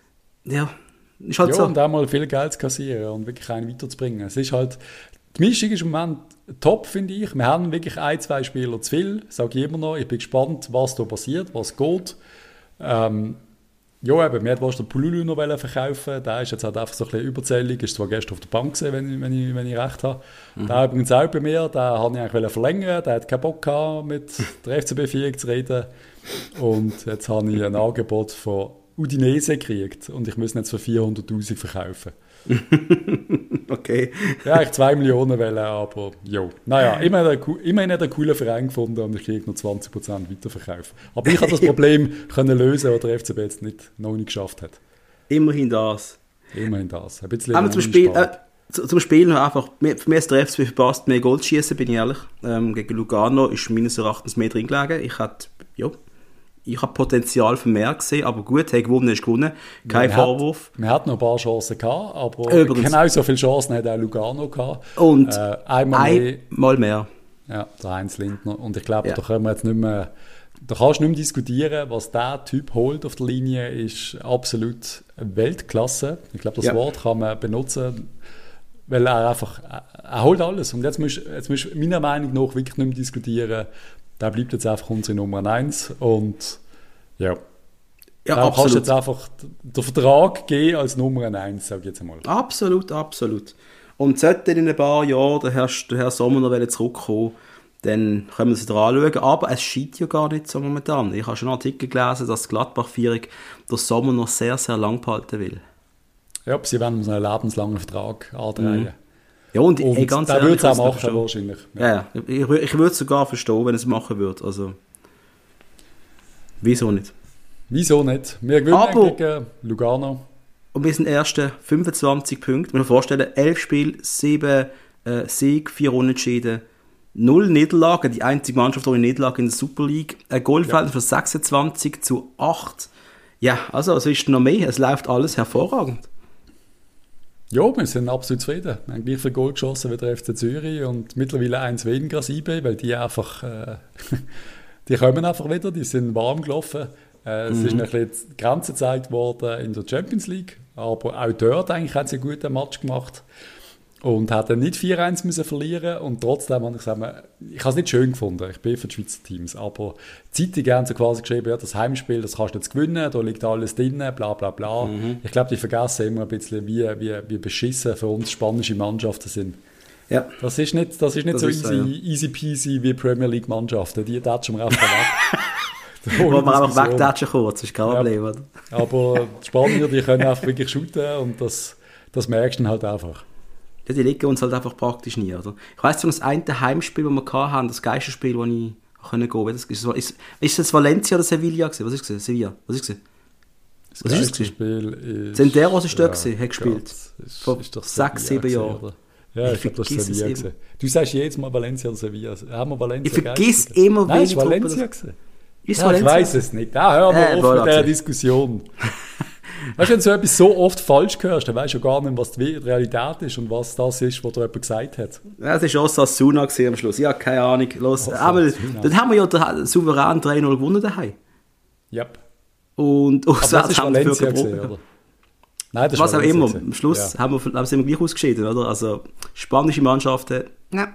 Ja, ist halt ja, so. Und auch mal viel Geld zu kassieren und wirklich einen weiterzubringen. Es ist halt, die Mischung ist im Moment top, finde ich. Wir haben wirklich ein, zwei Spieler zu viel, sage ich immer noch. Ich bin gespannt, was da passiert, was geht. Ähm, Ja, eben, wir wollten den Pululu noch verkaufen. Der ist jetzt halt einfach so ein bisschen überzählig. Ist zwar gestern auf der Bank gesehen, wenn ich, wenn ich, wenn ich recht habe. Mhm. Der übrigens auch bei mir. Den wollte ich eigentlich verlängern. Der hat keinen Bock gehabt, mit der F C B-Führung zu reden. Und jetzt habe ich ein Angebot von Udinese gekriegt. Und ich muss ihn jetzt für vierhunderttausend verkaufen. Okay. Ja, ich zwei Millionen wollen, aber jo. Naja, immerhin, immerhin hat er einen coolen Verein gefunden und ich kriege noch zwanzig Prozent Weiterverkauf. Aber ich habe das Problem können lösen, was der F C B jetzt nicht, noch nicht geschafft hat. Immerhin das. Immerhin das. Ein bisschen Aber zum Spiel, äh, zum Spiel noch einfach, für mich ist der F C B verpasst, mehr Goal zu schießen, bin ich ehrlich. Ähm, gegen Lugano ist meines Erachtens mehr drin gelegen. Ich hatte, ja, ich habe Potenzial für mehr gesehen, aber gut, hey, gewonnen ist gewonnen, kein man Vorwurf. Hat, man hat noch ein paar Chancen gehabt, aber Übrigens. genau so viele Chancen hat auch Lugano gehabt. Und äh, einmal ein, mehr. mehr. Ja, der Heinz Lindner. Und ich glaube, ja. da können wir jetzt nicht mehr, da kannst du nicht mehr diskutieren, was der Typ holt auf der Linie, ist absolut Weltklasse. Ich glaube, das ja. Wort kann man benutzen, weil er einfach, er holt alles. Und jetzt musst jetzt musst du meiner Meinung nach wirklich nicht mehr diskutieren. Der bleibt jetzt einfach unsere Nummer eins und ja, ja da kannst du jetzt einfach den Vertrag geben als Nummer eins, sage ich jetzt einmal. Absolut, absolut. Und sollte in ein paar Jahren der Herr, der Herr Sommer noch zurückkommen, dann können wir es wieder anschauen. Aber es scheint ja gar nicht so momentan. Ich habe schon einen Artikel gelesen, dass Gladbach-Vierung der Sommer noch sehr, sehr lang behalten will. Ja, sie werden uns einen lebenslangen Vertrag antreiben. Mhm. Ja, und, und ey, ganz der würde es auch machen, wahrscheinlich. Ja, ja. Ich, ich würde es sogar verstehen, wenn es machen würde. Also, wieso nicht? Wieso nicht? Wir gewinnen Aber, gegen Lugano. Und wir sind erste fünfundzwanzig Punkte. Man muss sich vorstellen, elf Spiele, sieben äh, Sieg, vier Unentschieden, null Niederlagen. Die einzige Mannschaft ohne Niederlage in der Super League. Ein Goalverhältnis ja. von sechsundzwanzig zu acht. Ja, also es ist noch mehr. Es läuft alles hervorragend. Ja, wir sind absolut zufrieden. Wir haben gleich viel Goal geschossen wie der F C Zürich und mittlerweile eins weniger als I B, weil die einfach, äh, die kommen einfach wieder, die sind warm gelaufen. Äh, es mhm. ist ein bisschen die Grenze gezeigt worden in der Champions League, aber auch dort eigentlich hat sie einen guten Match gemacht und hat dann nicht vier eins müssen verlieren und trotzdem habe ich gesagt, ich habe es nicht schön gefunden, ich bin für die Schweizer Teams, aber die Zeitung haben so quasi geschrieben, ja, das Heimspiel, das kannst du jetzt gewinnen, da liegt alles drin, bla bla bla. Mhm. Ich glaube, die vergessen immer ein bisschen, wie, wie, wie beschissen für uns spanische Mannschaften sind. Ja. Das ist nicht, das ist nicht das so ist easy, so, ja. easy peasy wie Premier League Mannschaften, die datschen wir einfach weg. Wo man einfach wegdatschen kurz, ist kein Problem, ja, oder? Aber die Spanier, die können einfach wirklich shooten und das, das merkst du dann halt einfach. Ja, die legen uns halt einfach praktisch nie, oder? Ich weiss so, das eine Heimspiel, das wir hatten, das Geisterspiel, wo ich gehen konnte, das ist, ist, ist das Valencia oder Sevilla gewesen? Was ist es? Sevilla? Was ist es? Das Geisterspiel ist... Senderos ist dort gewesen, hat gespielt. Gott, ist, vor ist sechs, sieben Jahren. Ja, ich, ich glaube, das ist Sevilla gewesen. Du sagst jedes Mal Valencia oder Sevilla. Haben wir Valencia ich vergiss immer, Nein, ist Valencia gewesen. Ist ja, ich weiss es nicht. Da hören wir äh, auf mit dieser Diskussion. Weißt du, wenn du so etwas so oft falsch hörst, dann weißt du gar nicht, was die Realität ist und was das ist, was dir jemand gesagt hat. Ja, es war Osasuna am Schluss. Ja, keine Ahnung. Los, einmal, dann haben wir ja den souverän drei null gewonnen daheim. Yep. Und auswärts haben wir Valencia gesehen, oder? Nein, das was auch Valencia immer. Gesehen. Am Schluss ja. haben wir, sind wir gleich ausgeschieden, oder? Also, spanische Mannschaften, nein.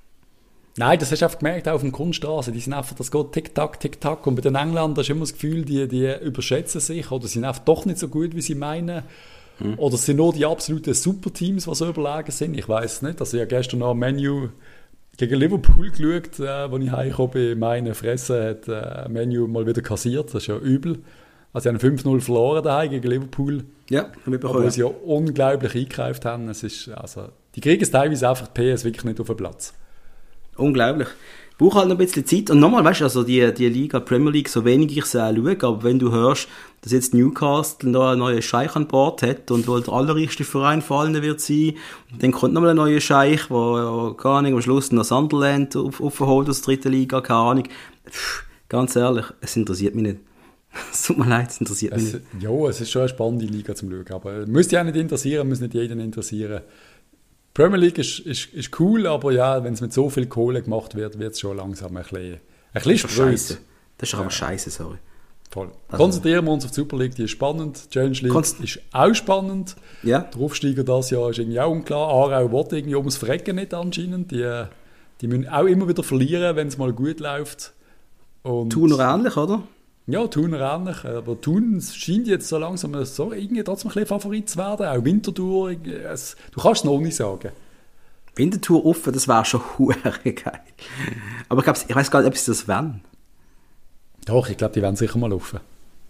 Nein, das hast du einfach gemerkt, auch auf der Kunststraße. Die sind einfach, das geht tick-tack, tick-tack. Und bei den Engländern hast du immer das Gefühl, die, die überschätzen sich oder sind einfach doch nicht so gut, wie sie meinen. Hm. Oder es sind nur die absoluten Superteams, die so überlegen sind. Ich weiss es nicht. Also ich habe gestern noch ein Menu gegen Liverpool geschaut, äh, als ich heimgekommen bin. Meine Fresse hat äh, Menu mal wieder kassiert. Das ist ja übel. Also sie haben fünf null verloren daheim gegen Liverpool. Ja, habe ich bekommen. Obwohl sie ja unglaublich eingekauft haben. Es ist, also, die kriegen es teilweise einfach die P S wirklich nicht auf den Platz. Unglaublich. Ich brauche halt noch ein bisschen Zeit. Und nochmal, weißt du, also die, die Liga, Premier League, so wenig ich sie auch schaue, aber wenn du hörst, dass jetzt Newcastle noch einen neuen Scheich an Bord hat und wohl der allerreichste Verein fallen wird sein, und dann kommt nochmal ein neuer Scheich, wo, keine Ahnung, am Schluss noch Sunderland auf, aufholt aus der dritten Liga, keine Ahnung. Pff, ganz ehrlich, es interessiert mich nicht. Es tut mir leid, es interessiert mich es, nicht. Ja, es ist schon eine spannende Liga zum Schauen, aber müsste ja auch nicht interessieren, muss nicht jeden interessieren. Premier League ist, ist, ist cool, aber ja, wenn es mit so viel Kohle gemacht wird, wird es schon langsam ein bisschen, ein bisschen scheiße. Das ist aber ja. scheiße, sorry. Voll. Also, konzentrieren wir uns auf die Super League, die ist spannend. Challenge League Konst- ist auch spannend. Ja. Der Aufsteiger dieses Jahr ist irgendwie auch unklar. Aarau will irgendwie ums Verrecken nicht anscheinend. Die, die müssen auch immer wieder verlieren, wenn es mal gut läuft. Und Thuner ähnlich, oder? Ja, Thuner ähnlich. Aber Thun scheint jetzt so langsam so irgendwie trotzdem ein bisschen Favorit zu werden. Auch Winterthur. Es, du kannst es noch nicht sagen. Winterthur offen, das wäre schon verdammt geil. Aber ich, glaub, ich weiss gar nicht, ob sie das wollen. Doch, ich glaube, die werden sicher mal offen.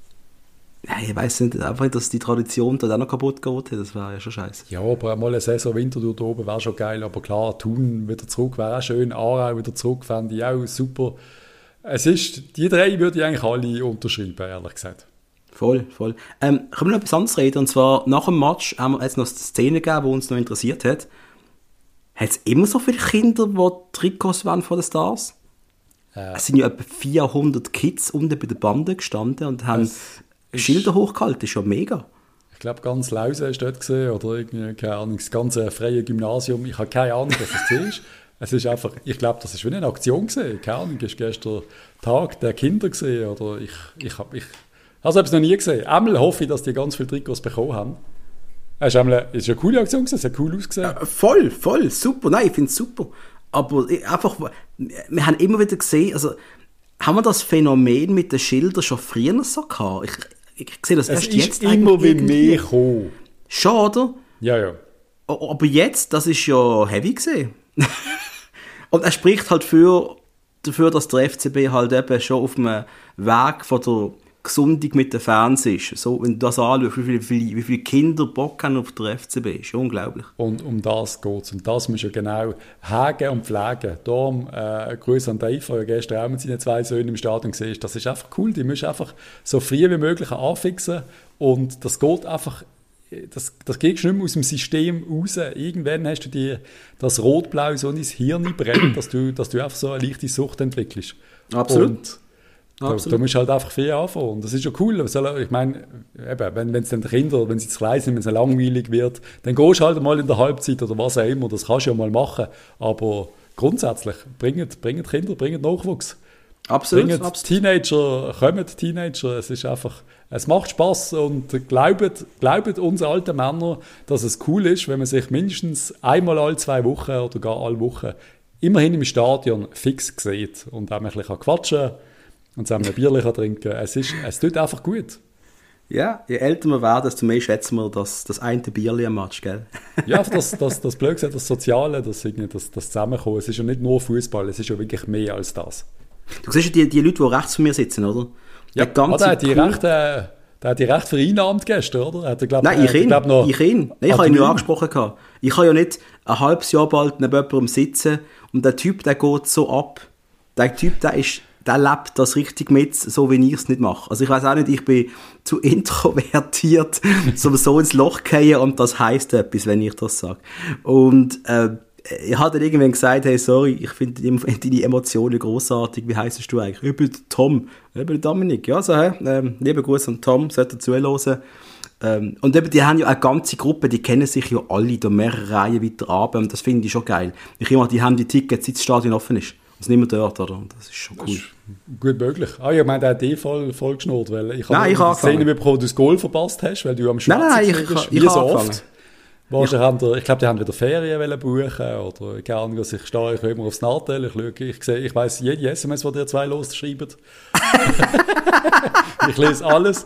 Ja, ich weiss nicht, einfach, dass die Tradition da auch noch kaputt geht. Das wäre ja schon scheiße. Ja, aber mal eine Saison Winterthur da oben wäre schon geil. Aber klar, Thun wieder zurück wäre auch schön. Aarau wieder zurück, fände ich auch super. Es ist, die drei würde ich eigentlich alle unterschreiben, ehrlich gesagt. Voll, voll. Ähm, können wir noch etwas anderes reden? Und zwar, nach dem Match haben wir jetzt noch eine Szene gegeben, die uns noch interessiert hat. Hat es immer so viele Kinder, die Trikots wollen von den Stars? Äh, es sind ja etwa vierhundert Kids unten bei der Bande gestanden und haben Schilder hochgehalten. Das ist ja mega. Ich glaube, ganz Lausen ist dort gesehen, oder irgendwie, keine Ahnung, das ganze freie Gymnasium. Ich habe keine Ahnung, was das ist. Es ist einfach, ich glaube, das ist wie eine Aktion gesehen. Keine Ahnung, ist gestern Tag der Kinder gesehen oder ich, ich habe, ich, also habe es noch nie gesehen. Einmal hoffe ich, dass die ganz viele Trikots bekommen haben. Es ist, einmal, es ist eine coole Aktion gewesen, es hat cool ausgesehen. Äh, voll, voll, super. Nein, ich finde es super. Aber ich, einfach, wir haben immer wieder gesehen, also haben wir das Phänomen mit den Schildern schon früher so gehabt? Ich, ich, ich sehe das es erst ist jetzt immer wie mehr gekommen. Schon, oder? Ja, ja. Aber jetzt, das ist ja heavy gesehen. Und er spricht halt für, dafür, dass der F C B halt eben schon auf dem Weg von der Gesundung mit den Fans ist. So, wenn du das anschaust, wie viele, wie viele Kinder Bock haben auf den F C B, ist unglaublich. Und um das geht es. Und das musst du ja genau hegen und pflegen. Darum äh, Grüße an Dave, der gestern auch mit seinen zwei Söhnen im Stadion gesehen ist. Das ist einfach cool. Die musst du einfach so früh wie möglich anfixen. Und das geht einfach. Das, das geht nicht mehr aus dem System raus. Irgendwann hast du dir das Rot-Blau so ins Hirn brennt, dass du, dass du einfach so eine leichte Sucht entwickelst. Absolut. Und da, da musst du halt einfach viel anfangen. Und das ist ja cool. Ich meine, eben, wenn es dann die Kinder, wenn sie zu klein sind, wenn es langweilig wird, dann gehst du halt mal in der Halbzeit oder was auch immer. Das kannst du ja mal machen. Aber grundsätzlich, bringt, bringt Kinder, bringt Nachwuchs. Absolut, Bringen absolut. Teenager, kommen Teenager, es ist einfach, es macht Spass und glaubt, glaubt uns alten Männer, dass es cool ist, wenn man sich mindestens einmal alle zwei Wochen oder gar alle Wochen immerhin im Stadion fix sieht und auch ein bisschen quatschen und zusammen ein Bierchen trinken kann. Es, ist, es tut einfach gut. Ja, je älter wir werden, desto mehr schätzen wir das, das eine Bierli am Match, gell? Ja, das, das, das blöd gesagt, das Soziale, das, das, das Zusammenkommen, es ist ja nicht nur Fußball, es ist ja wirklich mehr als das. Du siehst ja die, die Leute, die rechts von mir sitzen, oder? Ja, der ganze ah, der hat die Crew- recht, äh, der hat die recht vereinnahmt gestern, oder? Hat er, glaub, Nein, ich äh, ihn. glaub noch, Ich ihn. Nein, ich Ah, habe ihn du nur ihn? angesprochen. gehabt. Ich habe ja nicht ein halbes Jahr bald neben jemandem sitzen und der Typ, der geht so ab. Der Typ, der ist, der lebt das richtig mit, so wie ich es nicht mache. Also ich weiß auch nicht, ich bin zu introvertiert, um so ins Loch zu fallen und das heisst etwas, wenn ich das sage. Und äh, ich habe dann irgendwann gesagt, hey, sorry, ich finde deine Emotionen grossartig. Wie heisst du eigentlich? Ich bin der Tom. Ich bin der Dominik. Ja, so, hä? Ähm, liebe Grüße an Tom, sollte zuhören. Ähm, und eben, die haben ja eine ganze Gruppe, die kennen sich ja alle, da mehrere Reihen weiter runter, und das finde ich schon geil. Ich immer, die haben die Tickets, seit das Stadion offen ist. Und sind nicht mehr dort, oder? Und das ist schon cool. Das ist gut möglich. Ah, ich meine, der hat eh voll, voll geschnurrt, weil ich Nein, ich habe habe die Szene angefangen. mitbekommen, wo du das Goal verpasst hast, weil du am Nein, nein, Schwätzen ich- bist, ich wie habe so angefangen. oft. Ich, ich glaube, die haben wieder Ferien wollen buchen oder keine Ahnung, was ich stehe, ich immer aufs Nachteil, ich schaue, ich sehe, ich weiss jede S M S, die ihr zwei losschreiben. Ich lese alles.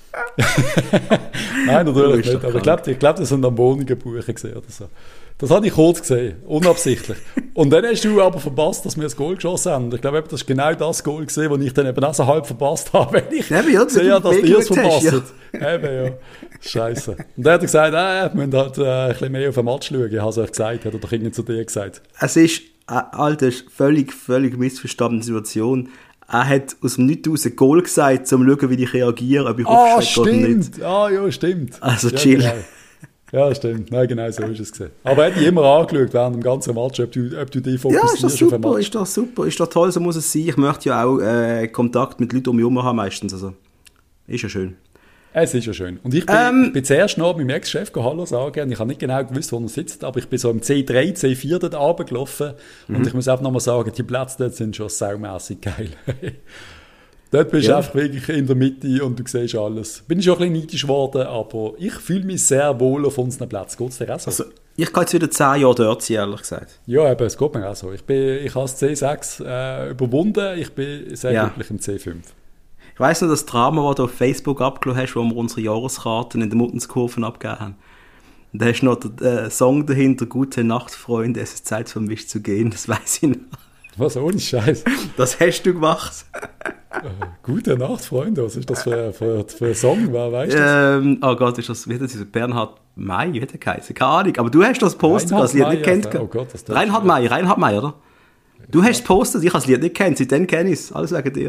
Nein, natürlich ist nicht, doch aber ich glaube, ich glaub, das sind am Wohnungen buchen gesehen oder so. Das habe ich kurz gesehen, unabsichtlich. Und dann hast du aber verpasst, dass wir das Goal geschossen haben. Ich glaube, das ist genau das Goal gesehen, das ich dann eben auch so halb verpasst habe, wenn ich Eben, ja, sehe, du dass mega ihr es gut hast, verpasst. Eben, ja. Scheiße. Und dann hat er gesagt, äh, wir müssen halt äh, ein bisschen mehr auf den Match schauen. Ich habe es euch gesagt, hat er doch irgendwie zu dir gesagt. Es ist, äh, Alter, ist völlig, völlig missverstandene Situation. Er hat aus dem Nichts raus ein Goal gesagt, um zu schauen, wie ich reagiere, ob ich Ah, aufschrecke oder nicht. stimmt. Ah, ja, stimmt. Also ja, chill. Genau. Ja, stimmt. Nein, genau so ist es gesehen. Aber er hat dich immer angeschaut während dem ganzen Match, ob du, ob du dich Ja, ist fokussierst das auf den super, Match. ist das super, ist das toll, so muss es sein. Ich möchte ja auch äh, Kontakt mit Leuten um mich herum haben meistens, also ist ja schön. Es ist ja schön. Und ich bin, Ähm, ich bin zuerst noch meinem Ex-Chef Hallo sagen und ich habe nicht genau gewusst, wo er sitzt, aber ich bin so im C drei, C vier dort runtergelaufen Mhm. und ich muss einfach nochmal sagen, die Plätze dort sind schon saumässig geil. Dort bist du Ja. einfach wirklich in der Mitte und du siehst alles. Bin ich schon ein bisschen neidisch geworden, aber ich fühle mich sehr wohl auf unseren Plätzen. Geht es dir auch so? Also, ich kann jetzt wieder zehn Jahre dort sein, ehrlich gesagt. Ja, eben, es geht mir auch so. Ich, bin, ich habe das C sechs äh, überwunden, ich bin sehr Ja. glücklich im C fünf. Ich weiss noch, das Drama, das du auf Facebook abgelassen hast, wo wir unsere Jahreskarten in den Muttenskurven abgegeben haben. Und da hast du noch den äh, Song dahinter, Gute Nacht, Freunde, es ist Zeit für mich zu gehen, das weiss ich noch. Was, ohne Scheiß. Das hast du gemacht. Gute Nacht, Freunde. Was ist das für, für, für ein Song? Wer weißt du das? Ähm, oh Gott, ist das, wie hat das dieser Bernhard May, wie hat der geheißen? Keine Ahnung, aber du hast das Poster, Reinhard das Lied nicht May, kennt. also, oh Gott, das tut Reinhard mir May, Reinhard May, oder? Du hast das Poster, ich habe das Lied nicht kennt, seitdem kenne ich es, alles wegen dir.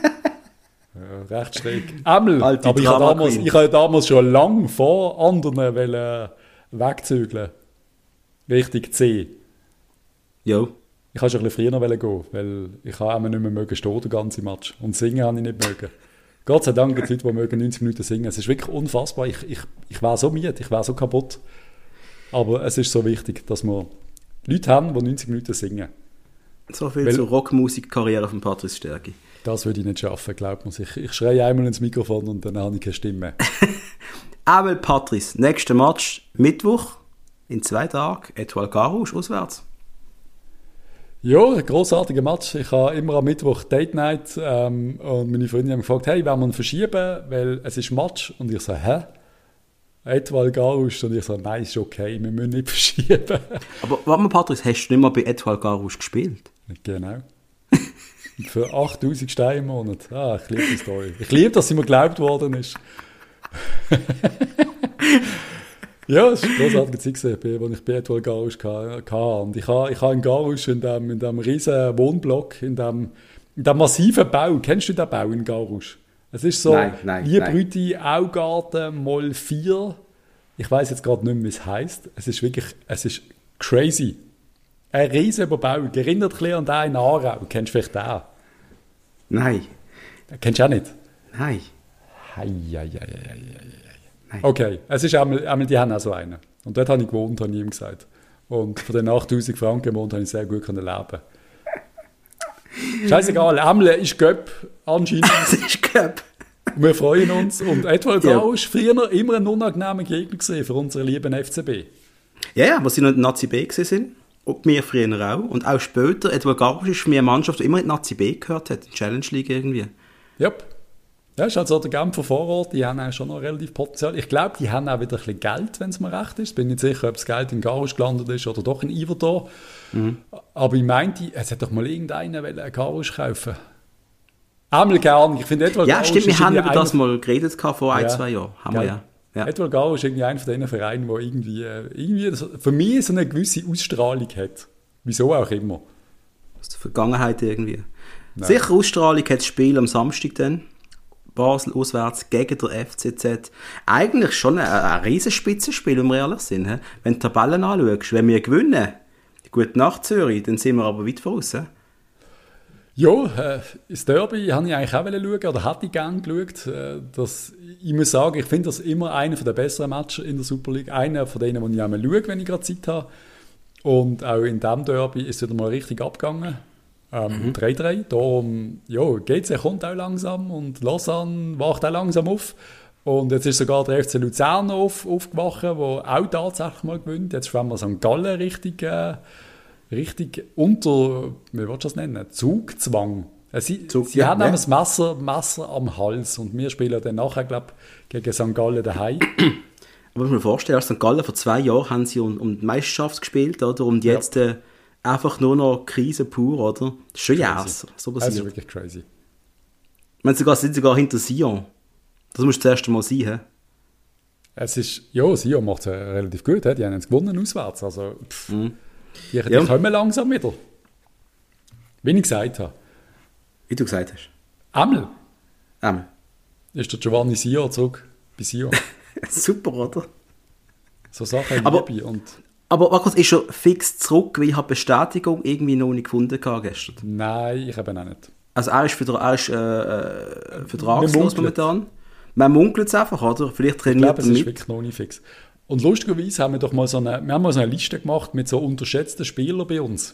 Ja, recht schräg. Ämmel. Alte Aber ich habe Drama damals, Queen. ich habe damals schon lang vor anderen wollen wegzügeln. Richtung C. Jo. Ich wollte schon ein bisschen früher gehen, weil ich habe immer nicht mehr mögen stehen, den ganzen Match. Und singen habe ich nicht mögen. Gott sei Dank gibt es Leute, die mögen neunzig Minuten singen. Es ist wirklich unfassbar. Ich, ich, ich wäre so müde, ich wäre so kaputt. Aber es ist so wichtig, dass wir Leute haben, die neunzig Minuten singen. So viel Weil- zur Rockmusik-Karriere von Patrice Stärki. Das würde ich nicht schaffen, glaubt man sich. Ich schreie einmal ins Mikrofon und dann habe ich keine Stimme. Abel Patrice, nächster Match Mittwoch in zwei Tagen, Etoile Garouche auswärts. Ja, ein grossartiger Match. Ich habe immer am Mittwoch Date Night ähm, und meine Freunde haben gefragt, hey, wollen wir ihn verschieben, weil es ist Match. Und ich so, hä? Etoile Garouche? Und ich so, nein, ist okay, wir müssen nicht verschieben. Aber warte mal, Patrice, hast du nicht mal bei Etoile Garouche gespielt? Genau. Und für achttausend Steine im Monat. Ah, ich liebe die Story. Ich liebe, dass sie mir geglaubt worden ist. Ja, es war eine grossartige Zeit, gewesen, als ich bei Etoile Garouche hatte. Und ich habe, ich habe in Garouche, in diesem in dem riesen Wohnblock, in dem, in dem massiven Bau, kennst du den Bau in Garouche? Es ist so, Nein, nein, Liebrüti, Augarten, Moll vier. Ich weiss jetzt gerade nicht mehr, wie es heisst. Es ist wirklich, es ist crazy. Ein riesen Überbau. Erinnert ein bisschen an den in Aarau. Kennst du vielleicht den? Nein, Den kennst du auch nicht? nein. Hei, hei, hei, hei, hei, hei. Nein. Okay, es ist einmal, einmal, die haben auch so einen. Und dort habe ich gewohnt, habe ich ihm gesagt. Und von den achttausend Franken im Monat habe ich sehr gut können leben. Scheißegal, Emle ist Göpp anscheinend. Es ist Göpp. Wir freuen uns. Und Edward Ja. Grau ist früher immer ein unangenehmer Gegner gewesen für unseren lieben F C B. Ja, ja, wo sie noch in der Nazi B gewesen sind. Und wir früher auch. Und auch später, Edward Garbusch ist für mich eine Mannschaft, die immer in die Nazi B gehört hat, in die Challenge League irgendwie. Yep. Ja, ist also der Genfer Vorort, die haben auch schon noch relativ Potenzial. Ich glaube, die haben auch wieder ein bisschen Geld, wenn es mir recht ist. Bin nicht sicher, ob das Geld in Garbusch gelandet ist oder doch in Iverdor. Mhm. Aber ich meinte, es hat doch mal irgendeiner einen Garbusch kaufen. Einmal gar nicht. Ich finde, Edward Ja, Garbusch stimmt, wir ist haben irgendwie über das einer- mal geredet gehabt, vor ein, Ja. zwei Jahren. Haben wir ja. ja. Edward Gau ist irgendwie einer von diesen Vereinen, der irgendwie, äh, irgendwie so- für mich so eine gewisse Ausstrahlung hat. Wieso auch immer. Aus der Vergangenheit irgendwie. Nein. Sicher Ausstrahlung hat das Spiel am Samstag dann. Basel auswärts gegen der F C Z. Eigentlich schon ein, ein riesen Spitzenspiel, wenn wir ehrlich sind. He? Wenn du die Tabellen anschaust, wenn wir gewinnen, gute Nacht Zürich, dann sind wir aber weit voraus. He? Ja, äh, das Derby habe ich eigentlich auch schauen, oder hätte ich gerne geschaut. Äh, das, ich muss sagen, ich finde das immer einer der besseren Matches in der Super League. Einer von denen, die ich auch mal schaue, wenn ich gerade Zeit habe. Und auch in diesem Derby ist es wieder mal richtig abgegangen. Ähm, Mhm. drei drei. Darum, ja, G C kommt auch langsam und Lausanne wacht auch langsam auf. Und jetzt ist sogar der F C Luzern auf, aufgewacht, der auch tatsächlich mal gewinnt. Jetzt schwimmen wir Sankt Gallen richtig, äh, richtig unter, wie willst du das nennen? Zugzwang. Äh, Sie, Zug, sie ja, haben ja. ja. das Messer, Messer am Hals und wir spielen dann nachher, glaube ich, gegen Sankt Gallen daheim. Aber ich muss mir vorstellen, als Sankt Gallen vor zwei Jahren haben sie um, um die Meisterschaft gespielt, oder? Und Ja. jetzt äh, einfach nur noch Krise pur, oder? Das ist schon ja so Das ist passiert. wirklich crazy. Ich meine, sogar, sie sind sogar hinter Sion. Das muss das erste Mal sein, he? Es ist, ja, Sion macht es äh, relativ gut. He? Die haben jetzt gewonnen auswärts. Also, pff, Mhm. die, die Ja. kommen langsam wieder. Wie ich gesagt habe. Wie du gesagt hast. Einmal Ähm, ist der Giovanni Sion zurück bei Sion. super, oder? So Sachen Aber- liebe ich. Und Aber Markus ist schon fix zurück, weil ich habe Bestätigung irgendwie noch nicht gefunden gehabt gestern. nein, ich eben auch nicht. Also er ist, vertra er ist äh, äh, vertragslos munkelt. momentan. Man munkelt es einfach, oder? Vielleicht Ich trainiert glaube, er es ist mit. wirklich noch nicht fix. Und lustigerweise haben wir doch mal so eine, wir haben mal so eine Liste gemacht mit so unterschätzten Spielern bei uns.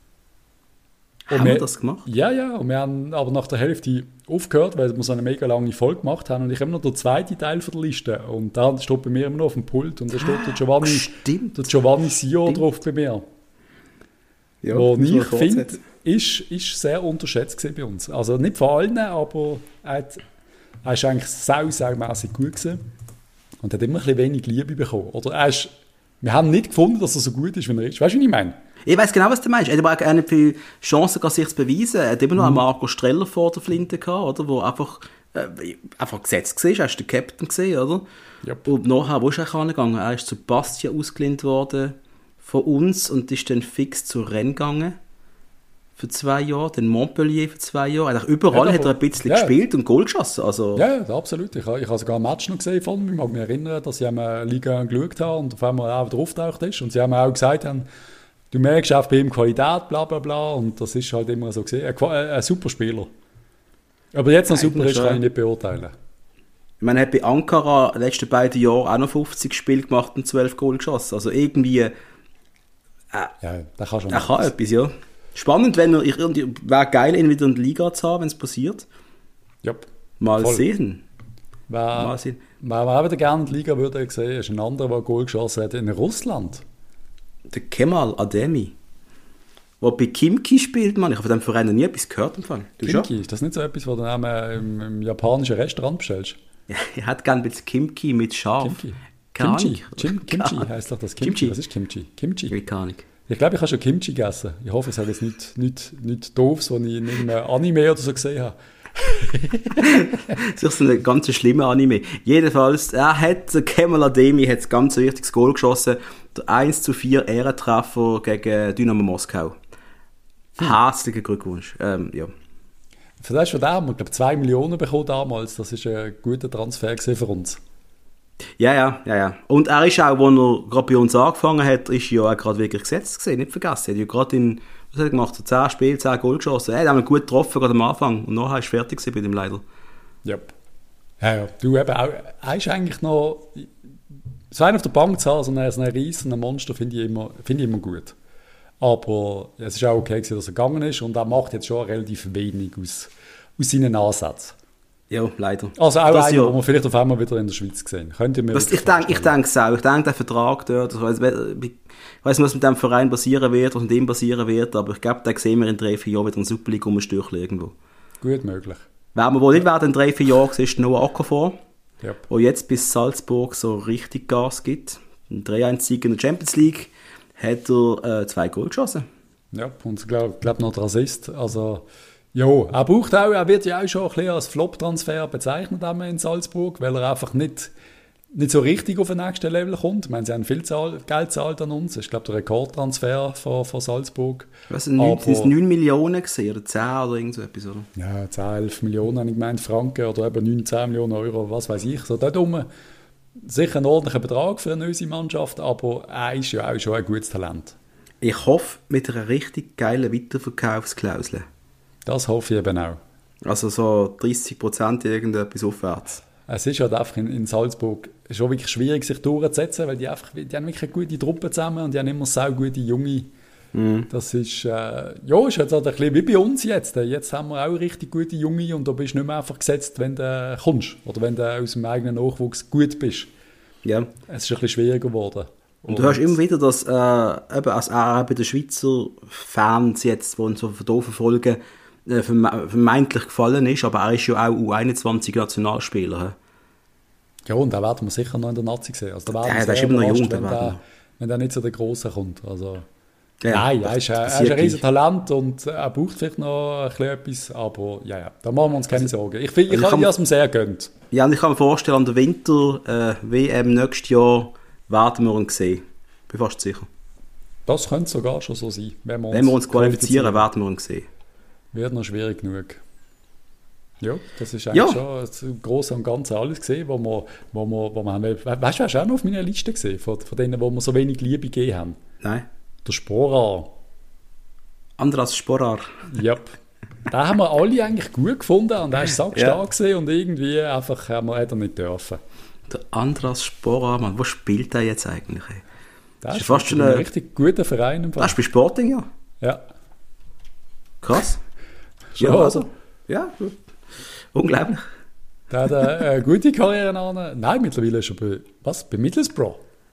Und Haben wir das gemacht? Ja, ja. Und wir haben aber nach der Hälfte aufgehört, weil wir so eine mega lange Folge gemacht haben. Und ich habe noch den zweiten Teil von der Liste. Und da steht bei mir immer noch auf dem Pult. Und da steht der Giovanni, Stimmt. der Giovanni Sio Stimmt. drauf bei mir. Ja, Wo muss man ich finde, fortsetzen. ist, ist sehr unterschätzt gewesen bei uns. Also nicht von allen, aber er, hat, er ist eigentlich sau, saumässig gut gewesen. Und hat immer ein bisschen wenig Liebe bekommen. Oder er ist, wir haben nicht gefunden, dass er so gut ist, wie er ist. Weißt du, wie ich meine? Ich weiß genau, was du meinst. Er hat aber auch nicht viele Chancen, gehabt, sich zu beweisen. Er hat immer noch einen Marco Streller vor der Flinte gehabt, oder? Wo einfach, äh, einfach gesetzt war. Er war der Captain gewesen, oder? Yep. Und nachher, wo ist er angegangen? Er ist zu Bastia ausgelehnt worden von uns und ist dann fix zu Rennes gegangen. Für zwei Jahre, dann Montpellier für zwei Jahre. Eigentlich überall Ja, hat er aber- ein bisschen ja. gespielt und Goal geschossen. Also, Ja, ja, absolut. Ich, habe- ich habe sogar ein Match noch gesehen von ihm. Ich mag mich erinnern, dass ich eine Liga geschaut habe und auf einmal auch wieder auftaucht ist. Und sie haben auch gesagt, haben, du merkst auch bei ihm Qualität, bla bla bla. Und das ist halt immer so gesehen. Ein, Qua- ein, ein super Spieler. Aber jetzt noch super Eigentlich ist, kann schon. ich nicht beurteilen. Ich meine, er hat bei Ankara in den letzten beiden Jahren auch noch fünfzig Spiele gemacht und zwölf Goal geschossen. Also irgendwie, Ja, der kann schon er kann etwas. etwas, ja. Spannend, wenn er, ich, wäre geil, ihn wieder in der Liga zu haben, wenn es passiert. Yep. Mal Voll. sehen. Wer, Mal sehen. wer man auch wieder gerne in die Liga würde sehen, ist ein anderer, der ein Goal geschossen hat in Russland. Der Kemal Ademi, der bei Kimki spielt, Mann. Ich habe von dem Verein noch nie etwas gehört. Im Fall. Du schon? Kimchi, ist das nicht so etwas, was du dann auch im, im japanischen Restaurant bestellst? Ja, ich hätte gerne ein bisschen Kimki mit Scharf. Kimchi. Keine Kimchi. Ahnung. Kim, Kimchi Keine heisst doch das. Kimchi. Kimchi. Was ist Kimchi? Kimchi. Keine Ahnung. Ich glaube, ich habe schon Kimchi gegessen. Ich hoffe, es hat jetzt nicht, nicht, nicht doofs, was ich in irgendeinem Anime oder so gesehen habe. Das ist so ein ganz schlimmer Anime. Jedenfalls, er hat, der Kemal Ademi hat ein ganz wichtiges Goal geschossen. Der eins zu vier Ehrentreffer gegen Dynamo Moskau. Herzlichen Glückwunsch. Ähm, ja. Für das von dem haben wir, glaube ich, zwei Millionen bekommen damals. Das war ein guter Transfer gewesen für uns. ja, ja, ja, ja. Und er ist auch, als er gerade bei uns angefangen hat, ist ja auch gerade wirklich gesetzt gesehen, nicht vergessen. Er hat ja gerade in, was hat er gemacht, so zehn Spiele, zehn Goal geschossen. Er hat einmal gut getroffen, gerade am Anfang. Und nachher ist er fertig gewesen bei dem leider. Yep. Ja, ja. Du eben auch, er ist eigentlich noch, so einen auf der Bank zu haben, so einen, so einen riesen Monster, finde ich, immer, finde ich immer gut. Aber es war auch okay, dass er gegangen ist und er macht jetzt schon relativ wenig aus, aus seinen Ansätzen. Ja, leider. Also auch das einer, ja, den wir vielleicht auf einmal wieder in der Schweiz sehen. Könnt ihr mir das, ich denke ich denk es auch. Ich denke, der Vertrag dort, ich weiss, ich weiss nicht, was mit dem Verein passieren wird, was mit dem passieren wird, aber ich glaube, da sehen wir in drei, vier Jahren wieder einen Super League rumstürcheln irgendwo. Gut möglich. Wer wir wohl nicht werden in drei, vier Jahren, ist Noah Okafor, Yep. der jetzt bis Salzburg so richtig Gas gibt. Ein drei eins Sieg in der Champions League hat er äh, zwei Goal geschossen. Ja, und ich glaube glaub noch der Assist. Also, ja, er braucht auch, er wird ja auch schon ein bisschen als Flop-Transfer bezeichnet in Salzburg, weil er einfach nicht, nicht so richtig auf den nächsten Level kommt. Ich meine, sie haben viel Zahl, Geld gezahlt an uns. Das ist, glaube ich, der Rekordtransfer von, von Salzburg. Was sind es neun Millionen gesehen oder zehn oder irgend so etwas, oder? Ja, zehn, elf Millionen habe ich gemeint, Franken oder eben neun, zehn Millionen Euro, was weiß ich. So dort rum. Sicher ein ordentlicher Betrag für eine neue Mannschaft, aber er ist ja auch schon ein gutes Talent. Ich hoffe, mit einer richtig geilen Weiterverkaufsklausel. Das hoffe ich eben auch. Also so dreißig Prozent irgendetwas aufwärts. Es ist halt einfach in, in Salzburg schon wirklich schwierig, sich durchzusetzen, weil die, einfach, die haben wirklich eine gute Truppe zusammen und die haben immer sehr gute Junge. Mm. Das ist, äh, ja, ist halt ein bisschen wie bei uns jetzt. Jetzt haben wir auch richtig gute Junge und da bist du nicht mehr einfach gesetzt, wenn du kommst oder wenn du aus dem eigenen Nachwuchs gut bist. Ja. Es ist ein bisschen schwieriger geworden. Und, und du hörst immer wieder, dass äh, eben, als er bei den Schweizer Fans jetzt, die uns so hier verfolgen, äh, vermeintlich gefallen ist, aber er ist ja auch U einundzwanzig-Nationalspieler. Ja, und da werden wir sicher noch in der Nazi sehen. Also, da ja, der ist immer noch jung. Wenn der, wenn der nicht so der Grosse kommt. Also, ja, nein, er ist, er ist ein riesen Talent und er braucht vielleicht noch ein bisschen etwas, aber ja, ja, da machen wir uns keine also, Sorgen. Ich, ich, ich also kann es ihm sehr gönnt. Ja, und ich kann mir vorstellen, an der Winter-W M äh, nächstes Jahr werden wir ihn sehen. Bin fast sicher. Das könnte sogar schon so sein. Wenn wir uns, wenn wir uns qualifizieren, werden wir ihn sehen. Wird noch schwierig genug. Ja, das ist eigentlich ja. schon im Großen und Ganzen alles gesehen, wo wir, wo wir, wo wir haben. Weißt du, hast du auch noch auf meiner Liste gesehen, von, von denen, wo wir so wenig Liebe gegeben haben? Nein. Der Sporar. Andras Sporar. Ja. Yep. Den haben wir alle eigentlich gut gefunden und er ist sackstark ja. gesehen und irgendwie einfach haben wir, hat er nicht dürfen. Der Andras Sporar, Mann, wo spielt der jetzt eigentlich? Das ist, ist fast schon ein richtig guter Verein. Im Fall. Das ist bei Sporting, ja? Ja. Krass. Schon, ja, also. Ja, unglaublich. Der hat eine gute Karriere an. Nein, mittlerweile ist er bei, was? Bei Middlesbrough.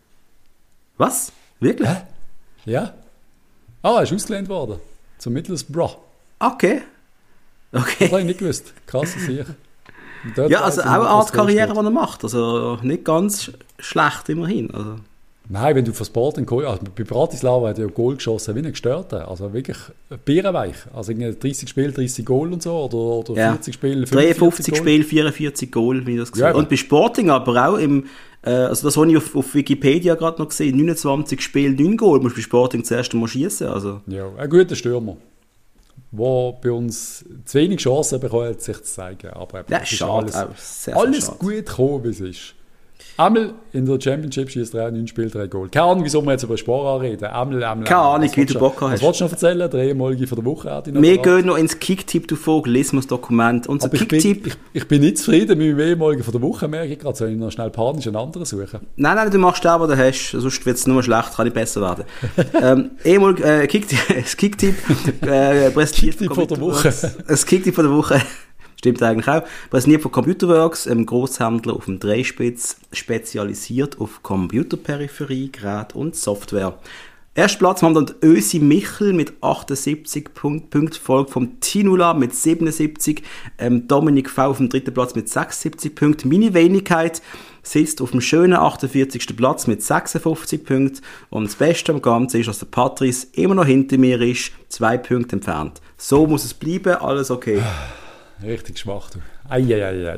Was? Wirklich? Hä? Ja. Ah, er ist ausgelehnt worden. Zu Middlesbrough. Okay. Okay. Das habe ich nicht gewusst. Krass, sicher. Ja, also auch eine Art Karriere, die er macht. Also nicht ganz schlecht immerhin. Also. Nein, wenn du von Sporting kommst, also bei Bratislava hat er ja Goal geschossen wie ein Gestörter. Also wirklich bärenweich. Also dreißig Spiele, dreißig Goal und so. Oder, oder ja. vierzig Spiele, dreiundfünfzig Spiele, vierundvierzig Goal, wie das gesehen. Ja, und bei Sporting aber auch im, äh, also das habe ich auf, auf Wikipedia gerade noch gesehen, neunundzwanzig Spiele, neun Goal, musst du bei Sporting zuerst einmal schießen. Also. Ja, ein guter Stürmer. Der bei uns zu wenig Chancen bekommt, sich zu zeigen. Aber ja, ist schade, alles, sehr, sehr alles schade. gut gekommen, wie es ist. Einmal in der Championship schießt er neun Spiele, drei Goal. Keine Ahnung, wieso wir jetzt über Sporar reden. Einmal, einmal, Keine Ahnung, wie du Bock hast. Was wolltest du noch erzählen? Der ehemalige von der Woche hat ihn noch Wir gehen noch ins Kicktipp, du Vogel, lesen wir das Dokument. Unser Aber Kicktipp. Ich, ich, ich bin nicht zufrieden mit dem ehemaligen von der Woche, merke ich gerade. Soll ich noch schnell panisch einen anderen suchen? Nein, nein, du machst den, den du hast. Sonst wird es nur schlecht, kann nicht besser werden. ähm, ehemalig, äh, Kicktipp, das Kicktipp, äh, präsentiert Kicktipp von der Woche. Das Kicktipp von der Woche. Stimmt eigentlich auch. Präsentiert von Computerworks, einem Grosshändler auf dem Dreispitz, spezialisiert auf Computerperipherie, Geräte und Software. Erster Platz haben dann Ösi Michel mit achtundsiebzig Punkten, Folge vom Tinula mit siebenundsiebzig, ähm, Dominik V auf dem dritten Platz mit sechsundsiebzig Punkten. Meine Wenigkeit sitzt auf dem schönen achtundvierzigsten Platz mit sechsundfünfzig Punkten und das Beste am Ganzen ist, dass der Patrice immer noch hinter mir ist, zwei Punkte entfernt. So muss es bleiben, alles okay. Richtig schwach, du. Eieiei.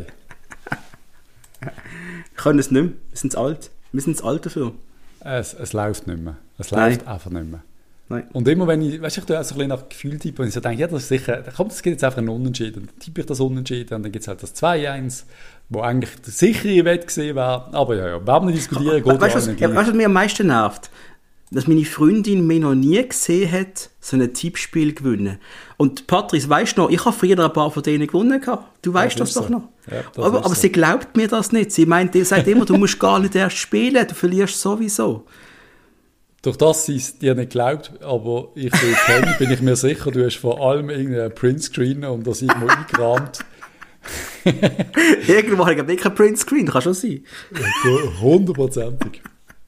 Ich kann es nicht mehr. Wir sind zu alt. Wir sind zu alt dafür. Es, es läuft nicht mehr. Es läuft Nein. einfach nicht mehr. Nein. Und immer wenn ich, weißt du, ich tue auch so ein bisschen nach Gefühl tippen und ich so denke, ja, das ist sicher, komm, es gibt jetzt einfach einen Unentschieden. Dann tippe ich das Unentschieden und dann gibt es halt das zwei eins, wo eigentlich der sichere Wett gesehen wäre. Aber ja, ja, werden wir diskutieren. Weißt du, was, weißt, was mich am meisten nervt? Dass meine Freundin mich noch nie gesehen hat, so ein Tippspiel gewinnen. Und Patrice, weißt du noch, ich habe früher ein paar von denen gewonnen gehabt. Du weißt das, das doch so. noch. Ja, das aber aber so. Sie glaubt mir das nicht. Sie meint, sie sagt immer, du musst gar nicht erst spielen, du verlierst sowieso. durch das sie es dir nicht glaubt, aber ich kenne, bin ich mir sicher, du hast vor allem irgendeinen Printscreen und das irgendwo eingerahmt. Irgendwo habe ich wirklich keinen Printscreen, kann schon sein. Hundertprozentig.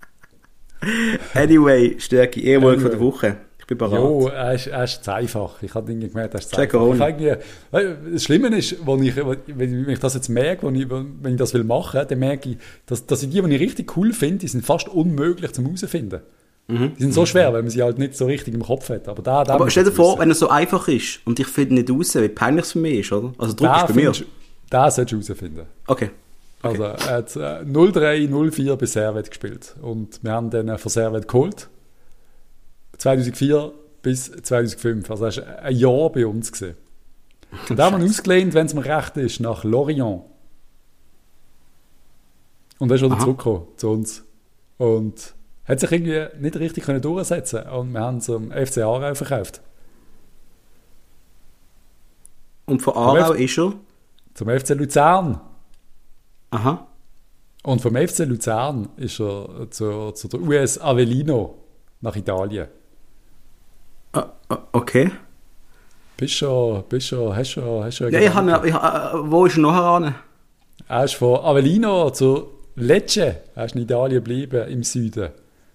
Anyway, Stärke, Ehrenwort anyway. Von der Woche. Ich bin bereit. Jo, er ist, er ist einfach. Ich habe irgendwie gemerkt, er ist einfach. Ich irgendwie, das Schlimme ist, wenn ich, wenn ich das jetzt merke, wenn ich, wenn ich das will machen, dann merke ich, dass, dass ich die, die ich richtig cool finde, die sind fast unmöglich zum herausfinden. Mhm. Die sind so schwer, weil man sie halt nicht so richtig im Kopf hat. Aber, da, da aber stell dir vor, wissen. Wenn es so einfach ist und ich finde nicht raus, wie peinlich es für mich ist, oder? Also Druck ist bei mir. Das solltest du herausfinden. Okay. Okay. Also er hat äh, null drei null vier bei Servet gespielt und wir haben den von Servet geholt. zweitausendvier bis zweitausendfünf, also er war ein Jahr bei uns gewesen. Und da haben wir ausgelehnt, wenn es mir recht ist, nach Lorient. Und er ist wieder zurückgekommen zu uns. Und hat sich irgendwie nicht richtig können durchsetzen und wir haben es zum F C Aarau verkauft. Und von Aarau ist er? Zum F C Luzern. Aha. Und vom F C Luzern ist er zu, zu der U S Avellino nach Italien. Uh, uh, okay. Bist schon, bist schon, hast schon, hast schon. Ja, ich habe, ich, uh, wo ist er nachher ran? Er ist von Avellino zu Lecce. Er ist in Italien geblieben, im Süden.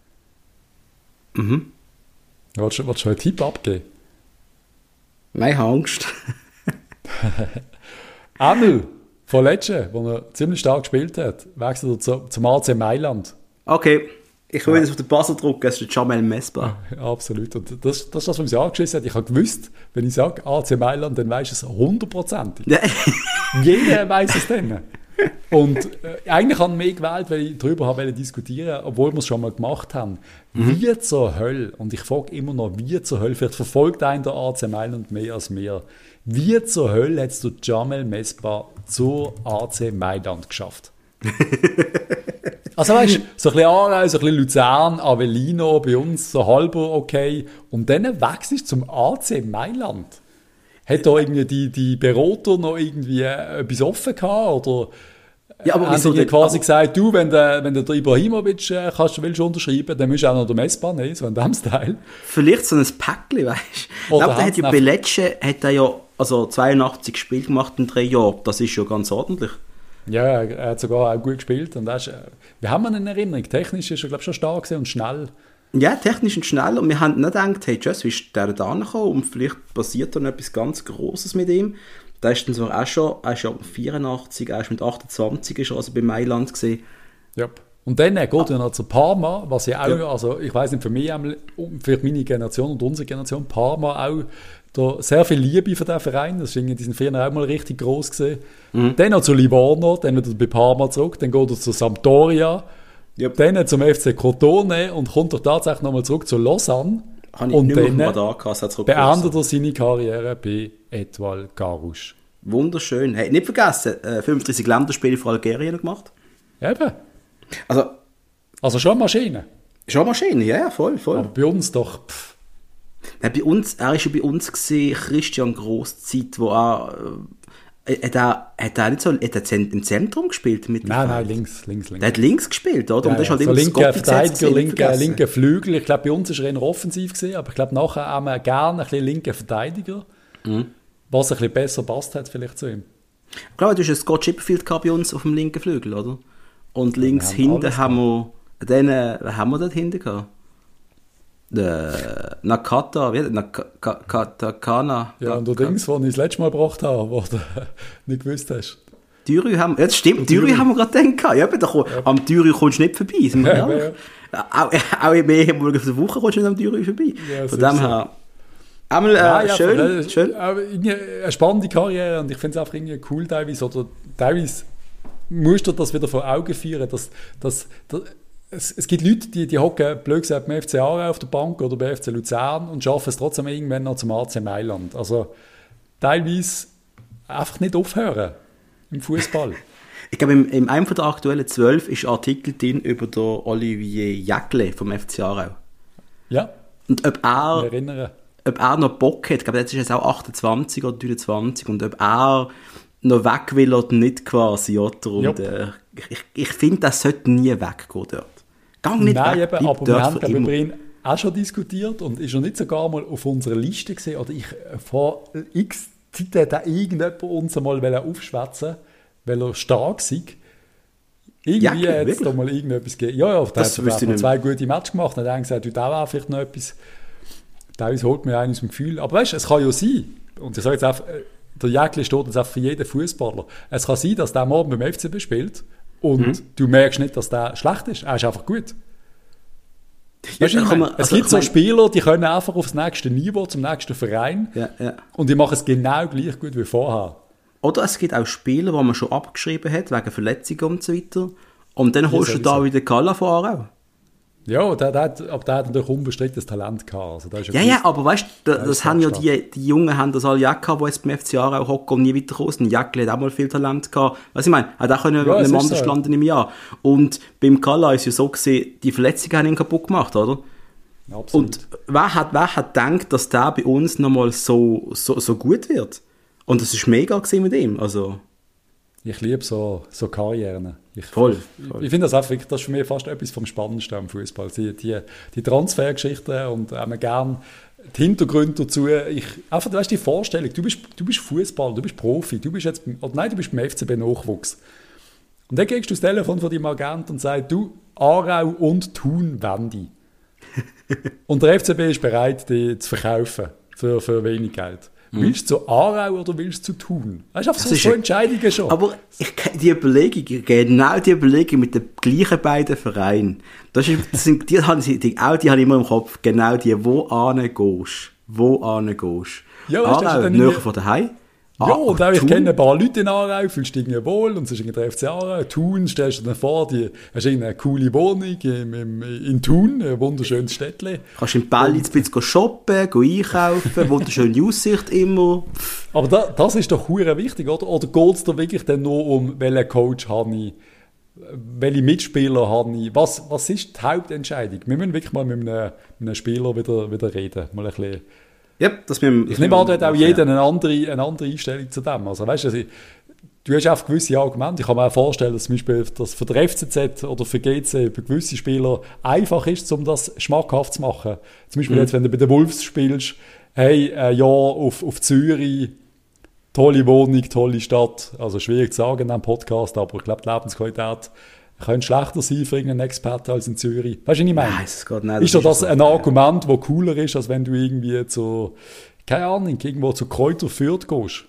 Mhm. Wolltest du schon einen Tipp abgeben? Nein, ich habe Angst. Amel von Lecce, wo er ziemlich stark gespielt hat, wechselt er zu, zum A C Mailand. Okay, ich will ja. das auf den Buzzer drücken, es ist der Jamel Mesbah. Ja, absolut. Und das, das ist das, was mich angeschissen hat. Ich habe gewusst, wenn ich sage A C Mailand, dann weisst du es hundertprozentig. Ja. Jeder weiss es dann. Und äh, eigentlich haben wir mich gewählt, weil ich darüber habe diskutieren, obwohl wir es schon mal gemacht haben. Mhm. Wie zur Hölle, und ich frage immer noch, wie zur Hölle, vielleicht verfolgt einen der A C Mailand mehr als mehr, wie zur Hölle hättest du Jamel Mesbah zur A C Mailand geschafft? Also weißt du, so ein bisschen Aarau, so ein bisschen Luzern, Avellino, bei uns so halber okay, und dann wechselst du zum A C Mailand. Hat da irgendwie die, die Berater noch irgendwie etwas offen gehabt? Oder ja, aber haben wieso die quasi gesagt, du, wenn der, wenn der Ibrahimovic äh, kannst, willst du unterschreiben, dann musst du auch noch den Mesbah nehmen, so in dem Style. Vielleicht so ein Päckchen, weißt du. Ich glaube, der hat ja bei Lecce, hat er ja also zweiundachtzig Spiele gemacht in drei Jahren. Das ist ja ganz ordentlich. Ja, er hat sogar auch gut gespielt. Und ist, wir haben ihn in Erinnerung. Technisch ist er, glaube ich, schon stark und schnell. Ja, technisch und schnell. Und wir haben nicht gedacht, hey, Jess, wie ist der da gekommen? Und vielleicht passiert dann etwas ganz Grosses mit ihm. Da ist dann zwar auch schon, er ist ja vierundachtzig, er ist mit achtundzwanzig ist er also bei Mailand gesehen. Ja. Und dann geht er noch zu Parma, was ja auch, ja. also ich weiss nicht, für mich, für meine Generation und unsere Generation, Parma auch da sehr viel Liebe für diesen Verein. Das ist die sind früher auch mal richtig gross gesehen. Mhm. Dann noch zu Livorno, dann wieder bei Parma zurück, dann geht er zu Sampdoria, yep. Dann zum F C Crotone und kommt er tatsächlich nochmal zurück zu Lausanne. Und dann beendet er seine Karriere bei Etoile Carouge. Wunderschön. Hey, nicht vergessen, äh, fünfunddreißig Länderspiele für Algerien gemacht. Eben. Also, also schon Maschine. Schon Maschine, ja, voll, voll. Aber bei uns doch... Pff. Ja, bei uns, er war ja bei uns gewesen, Christian Grosszeit, wo er... Äh, hat er, hat er nicht so hat er im Zentrum gespielt? Mit nein, nein, links, links, links. Der hat links gespielt, oder? Ja, und das ja. Ist halt so linker Verteidiger, linker, linke linke Flügel. Ich glaube, bei uns war er eher offensiv gewesen, aber ich glaube, nachher haben wir gerne ein bisschen linken Verteidiger, mhm. was ein bisschen besser passt hat vielleicht zu ihm. Ich glaube, du hast einen Scott Chipperfield gehabt bei uns auf dem linken Flügel, oder? Und links ja, wir haben hinten haben wir, den, wen haben wir dort hinten gehabt? Der Nakata, wie Nakata, Kana. Ja, und der Dings, den ich das letzte Mal gebracht habe, wo du nicht gewusst hast. Dürü haben, ja, das stimmt, Dürü haben wir gerade gedacht. Ja, da komm, ja. Am Dürü kommst du nicht vorbei. Sind wir ja, ja. Auch, auch im Ehemaligen auf der Woche kommst du nicht am Dürü vorbei. Ja, von dem her. Einmal, äh, ja, ja, schön, von, schön. Eine spannende Karriere und ich finde es einfach irgendwie cool teilweise, oder teilweise musst du das wieder vor Augen führen, dass, dass, dass es, es gibt Leute, die, die hocken, blöd gesagt, beim F C Aarau auf der Bank oder beim F C Luzern und schaffen es trotzdem irgendwann noch zum A C Mailand. Also teilweise einfach nicht aufhören im Fußball. Ich glaube, in, in einem von der aktuellen zwölf ist ein Artikel drin über den Olivier Jäckle vom F C Aarau. Ja. Und ob er, erinnere. ob er noch Bock hat, ich glaube, jetzt ist er auch achtundzwanzig oder neunundzwanzig, und ob er noch weg will oder nicht quasi, oder? Und äh, ich, ich finde, das sollte nie weggehen dort. Gang nicht Nein, weg, eben, aber wir haben, glaube über ihn auch schon diskutiert und ist noch nicht sogar mal auf unserer Liste gesehen. Oder ich äh, vor x Zeit hat auch irgendjemand uns einmal aufschwätzen, weil er stark sei. Irgendwie ja, hat es da mal irgendetwas gegeben. Ja, ja, da hat er zwei gute Matches gemacht. Dann hat er gesagt, du, da wäre vielleicht noch etwas. Teilweise holt mir einen aus dem Gefühl. Aber weißt du, es kann ja sein, und ich sage jetzt einfach, der Jäckli steht jetzt auch für jeden Fußballer. Es kann sein, dass der morgen beim F C B spielt und mhm. du merkst nicht, dass der schlecht ist. Er ist einfach gut. Ja, weißt, man, es also, gibt so Spieler, die können einfach aufs nächste Niveau, zum nächsten Verein ja, ja. und die machen es genau gleich gut wie vorher. Oder es gibt auch Spieler, die man schon abgeschrieben hat, wegen Verletzungen und so weiter. Und dann holst du da wieder Kalla von Aarau. Ja, der, der, aber der hat natürlich unbestrittenes Talent gehabt. Also da ist ja, ja, aber weißt du, das, das haben ja die, die Jungen haben das alle ja gehabt, die jetzt beim F C Aarau hocken und nie weitergekommen sind. Jäckli hat auch mal viel Talent gehabt. Weißt du, ich meine, hat auch können ja, in einem anderen so. landen im Jahr. Und beim Kalla ist es ja so gesehen, die Verletzungen haben ihn kaputt gemacht, oder? Absolut. Und wer hat, wer hat gedacht, dass der bei uns nochmal so, so, so gut wird? Und das war mega mit ihm. Also. Ich liebe so, so Karrieren. Ich, voll, voll. Ich, ich finde das einfach, das ist für mich fast etwas vom Spannendsten am Fußball. Die, die, die Transfergeschichten und auch gerne die Hintergründe dazu. Ich, einfach, weißt, die Vorstellung, du bist, du bist Fußballer, du bist Profi, du bist jetzt, oder nein, du bist beim F C B-Nachwuchs. Und dann kriegst du das Telefon von deinem Agent und sagst, du, Aarau und Thun Wendi. Und der F C B ist bereit, die zu verkaufen für, für wenig Geld. Willst du zu Aarau oder willst du zu Thun? Das ist einfach so, so Entscheidungen schon. Aber ich, die Überlegung, genau die Überlegung mit den gleichen beiden Vereinen, das ist, das sind, die, die, die, auch die habe ich immer im Kopf, genau die, wo gehst. Wo gehst. Ja, Aarau, näher von daheim. Ja, ah, und auch ich kenne ein paar Leute in Aarau, fühlst dich irgendwie wohl und es ist irgendwie der F C Aarau. Thun, stellst du dir vor, die, hast eine coole Wohnung im, im, in Thun, ein wunderschönes Städtchen. Kannst in Bellitz ein bisschen shoppen, einkaufen, wunderschöne Aussicht immer. Aber da, das ist doch verdammt wichtig, oder? Oder geht es da wirklich dann nur um, welchen Coach habe ich, welche Mitspieler habe ich? Was, was ist die Hauptentscheidung? Wir müssen wirklich mal mit einem, mit einem Spieler wieder, wieder reden, mal ein bisschen. Ja, das mit, ich nehme an, da hat auch jeder eine andere, eine andere Einstellung zu dem. Also, weißt du, du hast einfach gewisse Argumente. Ich kann mir auch vorstellen, dass zum Beispiel das für den F C Z oder für G C für gewisse Spieler einfach ist, um das schmackhaft zu machen. Zum Beispiel mhm. jetzt, wenn du bei den Wolves spielst, hey, ein Jahr auf, auf Zürich, tolle Wohnung, tolle Stadt. Also schwierig zu sagen in diesem Podcast, aber ich glaube, die Lebensqualität könnte schlechter sein für irgendeinen Experten als in Zürich. Weißt du, was ich meine? Nein, es geht nicht. Ist doch das so ein Argument, das cooler ist, als wenn du irgendwie zu, keine Ahnung, irgendwo zu Kräuter Fürth gehst?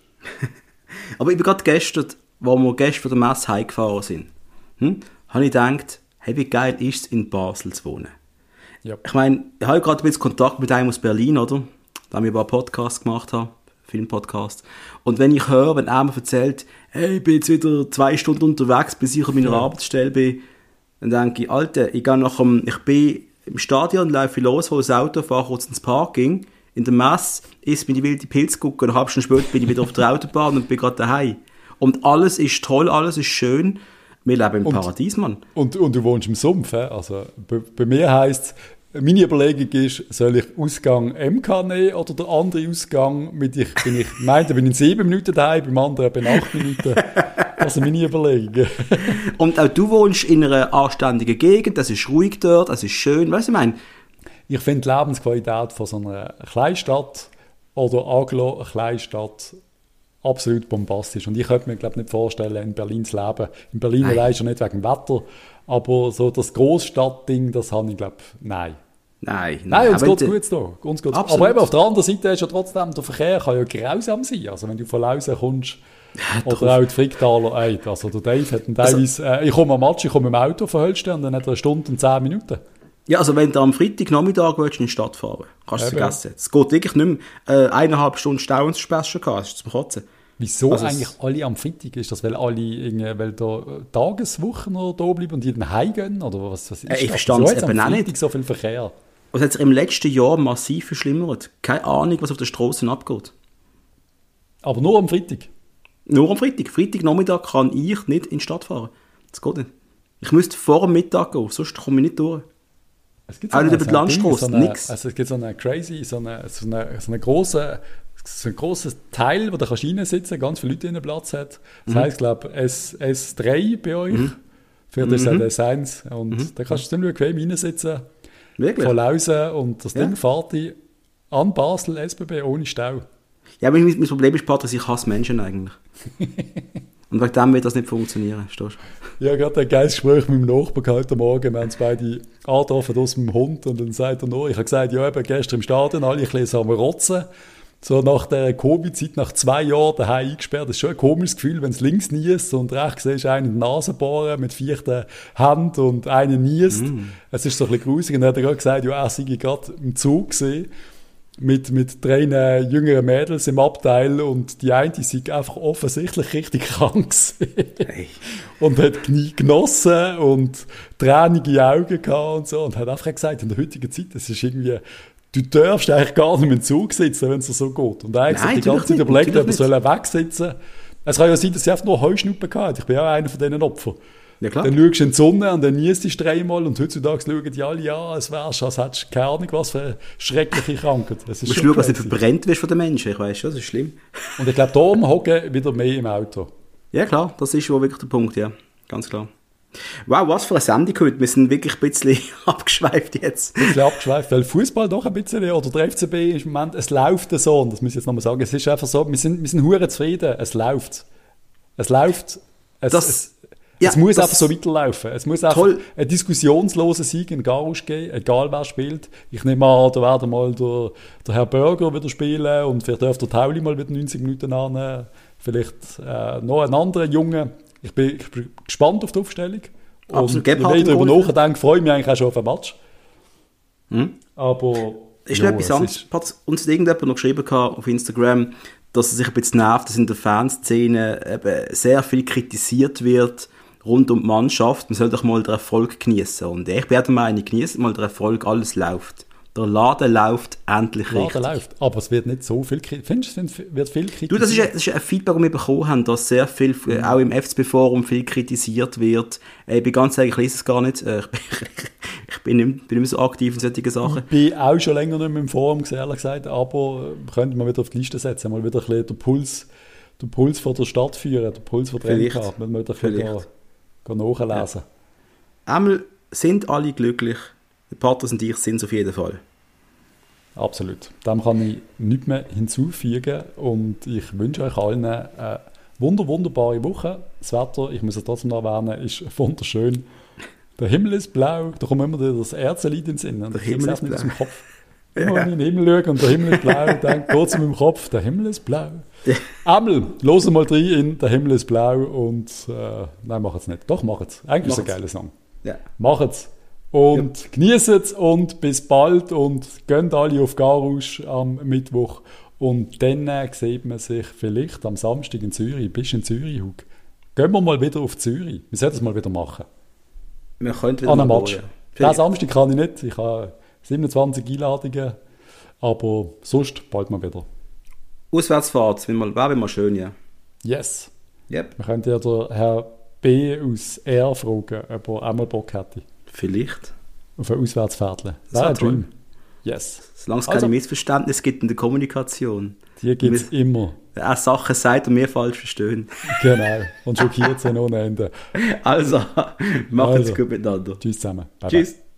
Aber ich bin gerade gestern, wo wir gestern von der Messe heimgefahren sind, hm, habe ich gedacht, hey, wie geil ist es, in Basel zu wohnen. Ja. Ich meine, ich habe gerade ein bisschen Kontakt mit einem aus Berlin, oder? Da wir ein paar Podcasts gemacht haben. Filmpodcast. Und wenn ich höre, wenn er mir erzählt, hey, ich bin jetzt wieder zwei Stunden unterwegs, bis ich an meiner ja. Arbeitsstelle bin, dann denke ich, Alter, ich gehe nach dem, ich bin im Stadion, laufe los, hole das Auto, fahre kurz ins Parking, in der Messe, esse mir die wilde Pilze gucken und eine halbe Stunde später bin ich wieder auf der Autobahn und bin gerade daheim. Und alles ist toll, alles ist schön. Wir leben im und, Paradies, Mann. Und, und du wohnst im Sumpf, he? Also bei, bei mir heisst es, meine Überlegung ist, soll ich Ausgang M K nehmen oder der andere Ausgang mit, ich bin ich, meinte, bin in sieben Minuten daheim, beim anderen bin acht Minuten. Das sind meine Überlegungen. Und auch du wohnst in einer anständigen Gegend, das ist ruhig dort, das ist schön, weißt du, ich meine? Ich finde die Lebensqualität von so einer Kleinstadt oder Aglo-Kleinstadt absolut bombastisch. Und ich könnte mir, glaube nicht vorstellen, in Berlin zu leben. In Berlin allein schon nicht wegen dem Wetter, aber so das Großstadtding, das habe ich, glaube nein. Nein, nein. Nein, uns geht es gut da. Uns geht's aber eben auf der anderen Seite ist ja trotzdem, der Verkehr kann ja grausam sein. Also wenn du von Lausen kommst, ja, oder auch die Fricktaler, ey, also der Dave hat einen teilweise, also, äh, ich komme am Match, ich komme im Auto von Hölsten und dann hat er eine Stunde und zehn Minuten. Ja, also wenn du am Freitagnachmittag willst, in die Stadt fahren, kannst du es vergessen. Es geht wirklich nicht mehr. Äh, eineinhalb Stunden Stau und Special gehabt, das ist zum Kotzen. Wieso also eigentlich alle am Freitag? Ist das, weil alle irgendwie, weil da Tageswochen noch da bleiben und die dann heimgehen? Oder was, was ist äh, ich verstand es eben auch nicht. So viel Verkehr. Was hat sich im letzten Jahr massiv verschlimmert? Keine Ahnung, was auf den Straßen abgeht. Aber nur am Freitag? Nur am Freitag. Freitagnachmittag kann ich nicht in die Stadt fahren. Das geht nicht. Ich müsste vor dem Mittag gehen, sonst komme ich nicht durch. Es gibt so auch nicht eine, über die Landstraße, so nichts. Also es gibt so einen crazy, so einen so eine, so eine grosse, so ein grosses Teil, wo du reinsitzen kannst, ganz viele Leute in den Platz hat. Das mhm. heisst, glaube ich, S drei bei euch. Mhm. Für das mhm. ist es S eins. Und mhm. da kannst du ziemlich bequem reinsitzen. Wirklich? Von Lausen und das Ja. Ding fährt ich an Basel S B B ohne Stau. Ja, aber mein, mein Problem ist, Patrick, ich hasse Menschen eigentlich. Und wegen dem wird das nicht funktionieren, verstehst du? Ich habe gerade ein geiles Gespräch mit meinem Nachbarn gehabt heute Morgen. Wir haben uns beide angetroffen aus dem Hund und dann sagt er noch, ich habe gesagt, ja eben gestern im Stadion, alle ein bisschen am Rotzen. So nach der Covid-Zeit, nach zwei Jahren daheim eingesperrt, das ist schon ein komisches Gefühl, wenn es links niest und rechts siehst du einen in die Nase bohren mit vierten Hand und einen niest. Mm. Es ist so ein bisschen grusig. Und dann hat er gerade gesagt, ja, er sei gerade im Zug gesehen mit, mit drei jüngeren Mädels im Abteil und die eine, die sei einfach offensichtlich richtig krank gewesen. Hey. Und hat genossen und tränige Augen gehabt und so und hat einfach gesagt, in der heutigen Zeit, das ist irgendwie, du darfst eigentlich gar nicht mehr im Zug sitzen, wenn es so geht. Und eigentlich hat die ganze Zeit überlegt, ob er wegsitzen soll. Es kann ja sein, dass sie einfach nur Heuschnuppen gehabt. Ich bin auch einer von diesen Opfern. Ja, klar. Dann schaust du in die Sonne und dann niest du dreimal und heutzutage schauen die alle, ja, es wärst, als hättest du keine Ahnung, was für eine schreckliche Krankheit. Das ist du musst schauen, dass du verbrennt wirst von den Menschen, ich weiss schon, das ist schlimm. Und ich glaube, darum hocken wieder mehr im Auto. Ja klar, das ist wohl wirklich der Punkt, ja, ganz klar. Wow, was für eine Sendung heute. Wir sind wirklich ein bisschen abgeschweift jetzt. Ein bisschen abgeschweift, weil Fußball doch ein bisschen, oder der F C B ist im Moment, es läuft so, und das muss ich jetzt nochmal sagen, es ist einfach so, wir sind, wir sind hure zufrieden, es läuft. Es läuft. Es, das, es, ja, es muss das einfach so weiterlaufen. Es muss einfach toll. einen diskussionslosen Sieg in Garus geben, egal wer spielt. Ich nehme an, da werden mal der, der Herr Burger wieder spielen und vielleicht darf der Tauli mal wieder neunzig Minuten annehmen. Vielleicht äh, noch einen anderen Jungen. Ich bin, ich bin gespannt auf die Aufstellung. Absolut. Und wenn ich darüber nachdenke, freue ich mich eigentlich auch schon auf ein Match. Hm? Aber ist ja, noch etwas anderes. Hat uns irgendjemand noch geschrieben auf Instagram, dass er sich ein bisschen nervt, dass in der Fanszene eben sehr viel kritisiert wird rund um die Mannschaft. Man soll doch mal den Erfolg genießen. Und ich bin der Meinung, genießt mal den Erfolg, alles läuft. Der Laden läuft endlich der Laden richtig. läuft, aber es wird nicht so viel kritisiert. Findest du, es wird viel kritisiert? Du, das ist, ein, das ist ein Feedback, das wir bekommen haben, dass sehr viel, mhm. auch im F C B-Forum viel kritisiert wird. Ich bin ganz ehrlich, ich lese es gar nicht. Ich bin, ich bin, nicht, bin nicht mehr so aktiv in solchen Sachen. Ich bin auch schon länger nicht mehr im Forum, ehrlich gesagt, aber könnte man wieder auf die Liste setzen, mal wieder ein bisschen den Puls, den Puls von der Stadt führen, den Puls von der N K, wenn wir wieder ein bisschen nachlesen. Ja. Einmal sind alle glücklich. Der Patrick und ich sind es auf jeden Fall. Absolut. Dem kann ich nichts mehr hinzufügen und ich wünsche euch allen eine wunder, wunderbare Woche. Das Wetter, ich muss es trotzdem noch erwähnen, ist wunderschön. Der Himmel ist blau, da kommt immer das Ärztelied ins Sinn. Der Himmel ist blau. Aus dem Kopf. Immer wenn ich in den Himmel schaue und der Himmel ist blau, dann geht es in meinem Kopf, der Himmel ist blau. Einmal, hören mal rein in «Der Himmel ist blau» und äh, nein, macht es nicht. Doch, macht es. Eigentlich ist es ein geiler Song. Ja. Macht es. Und ja. Genießt es und bis bald und gönnt alle auf Garus am Mittwoch. Und dann äh, sieht man sich vielleicht am Samstag in Zürich. Bist du in Zürich, Hug? Gehen wir mal wieder auf Zürich. Wir sollten es mal wieder machen. Wir könnten wieder An einem mal Match. Diesen Samstag kann ich nicht. Ich habe siebenundzwanzig Einladungen. Aber sonst bald mal wieder. Auswärtsfahrt, wäre mal schön, ja. Yes. Yep. Wir könnten ja den Herr B. aus R fragen, ob er einmal Bock hätte. Vielleicht. Auf ein Auswärtsfahrtle. Das wäre ein Dream. Yes. Solange es also, keine Missverständnisse gibt in der Kommunikation. Die gibt es immer. Wer auch Sachen sagt und wir falsch verstehen. Genau. Und schockiert sind ohne Ende. Also, macht also, es gut miteinander. Tschüss zusammen. Bye Tschüss. Bye.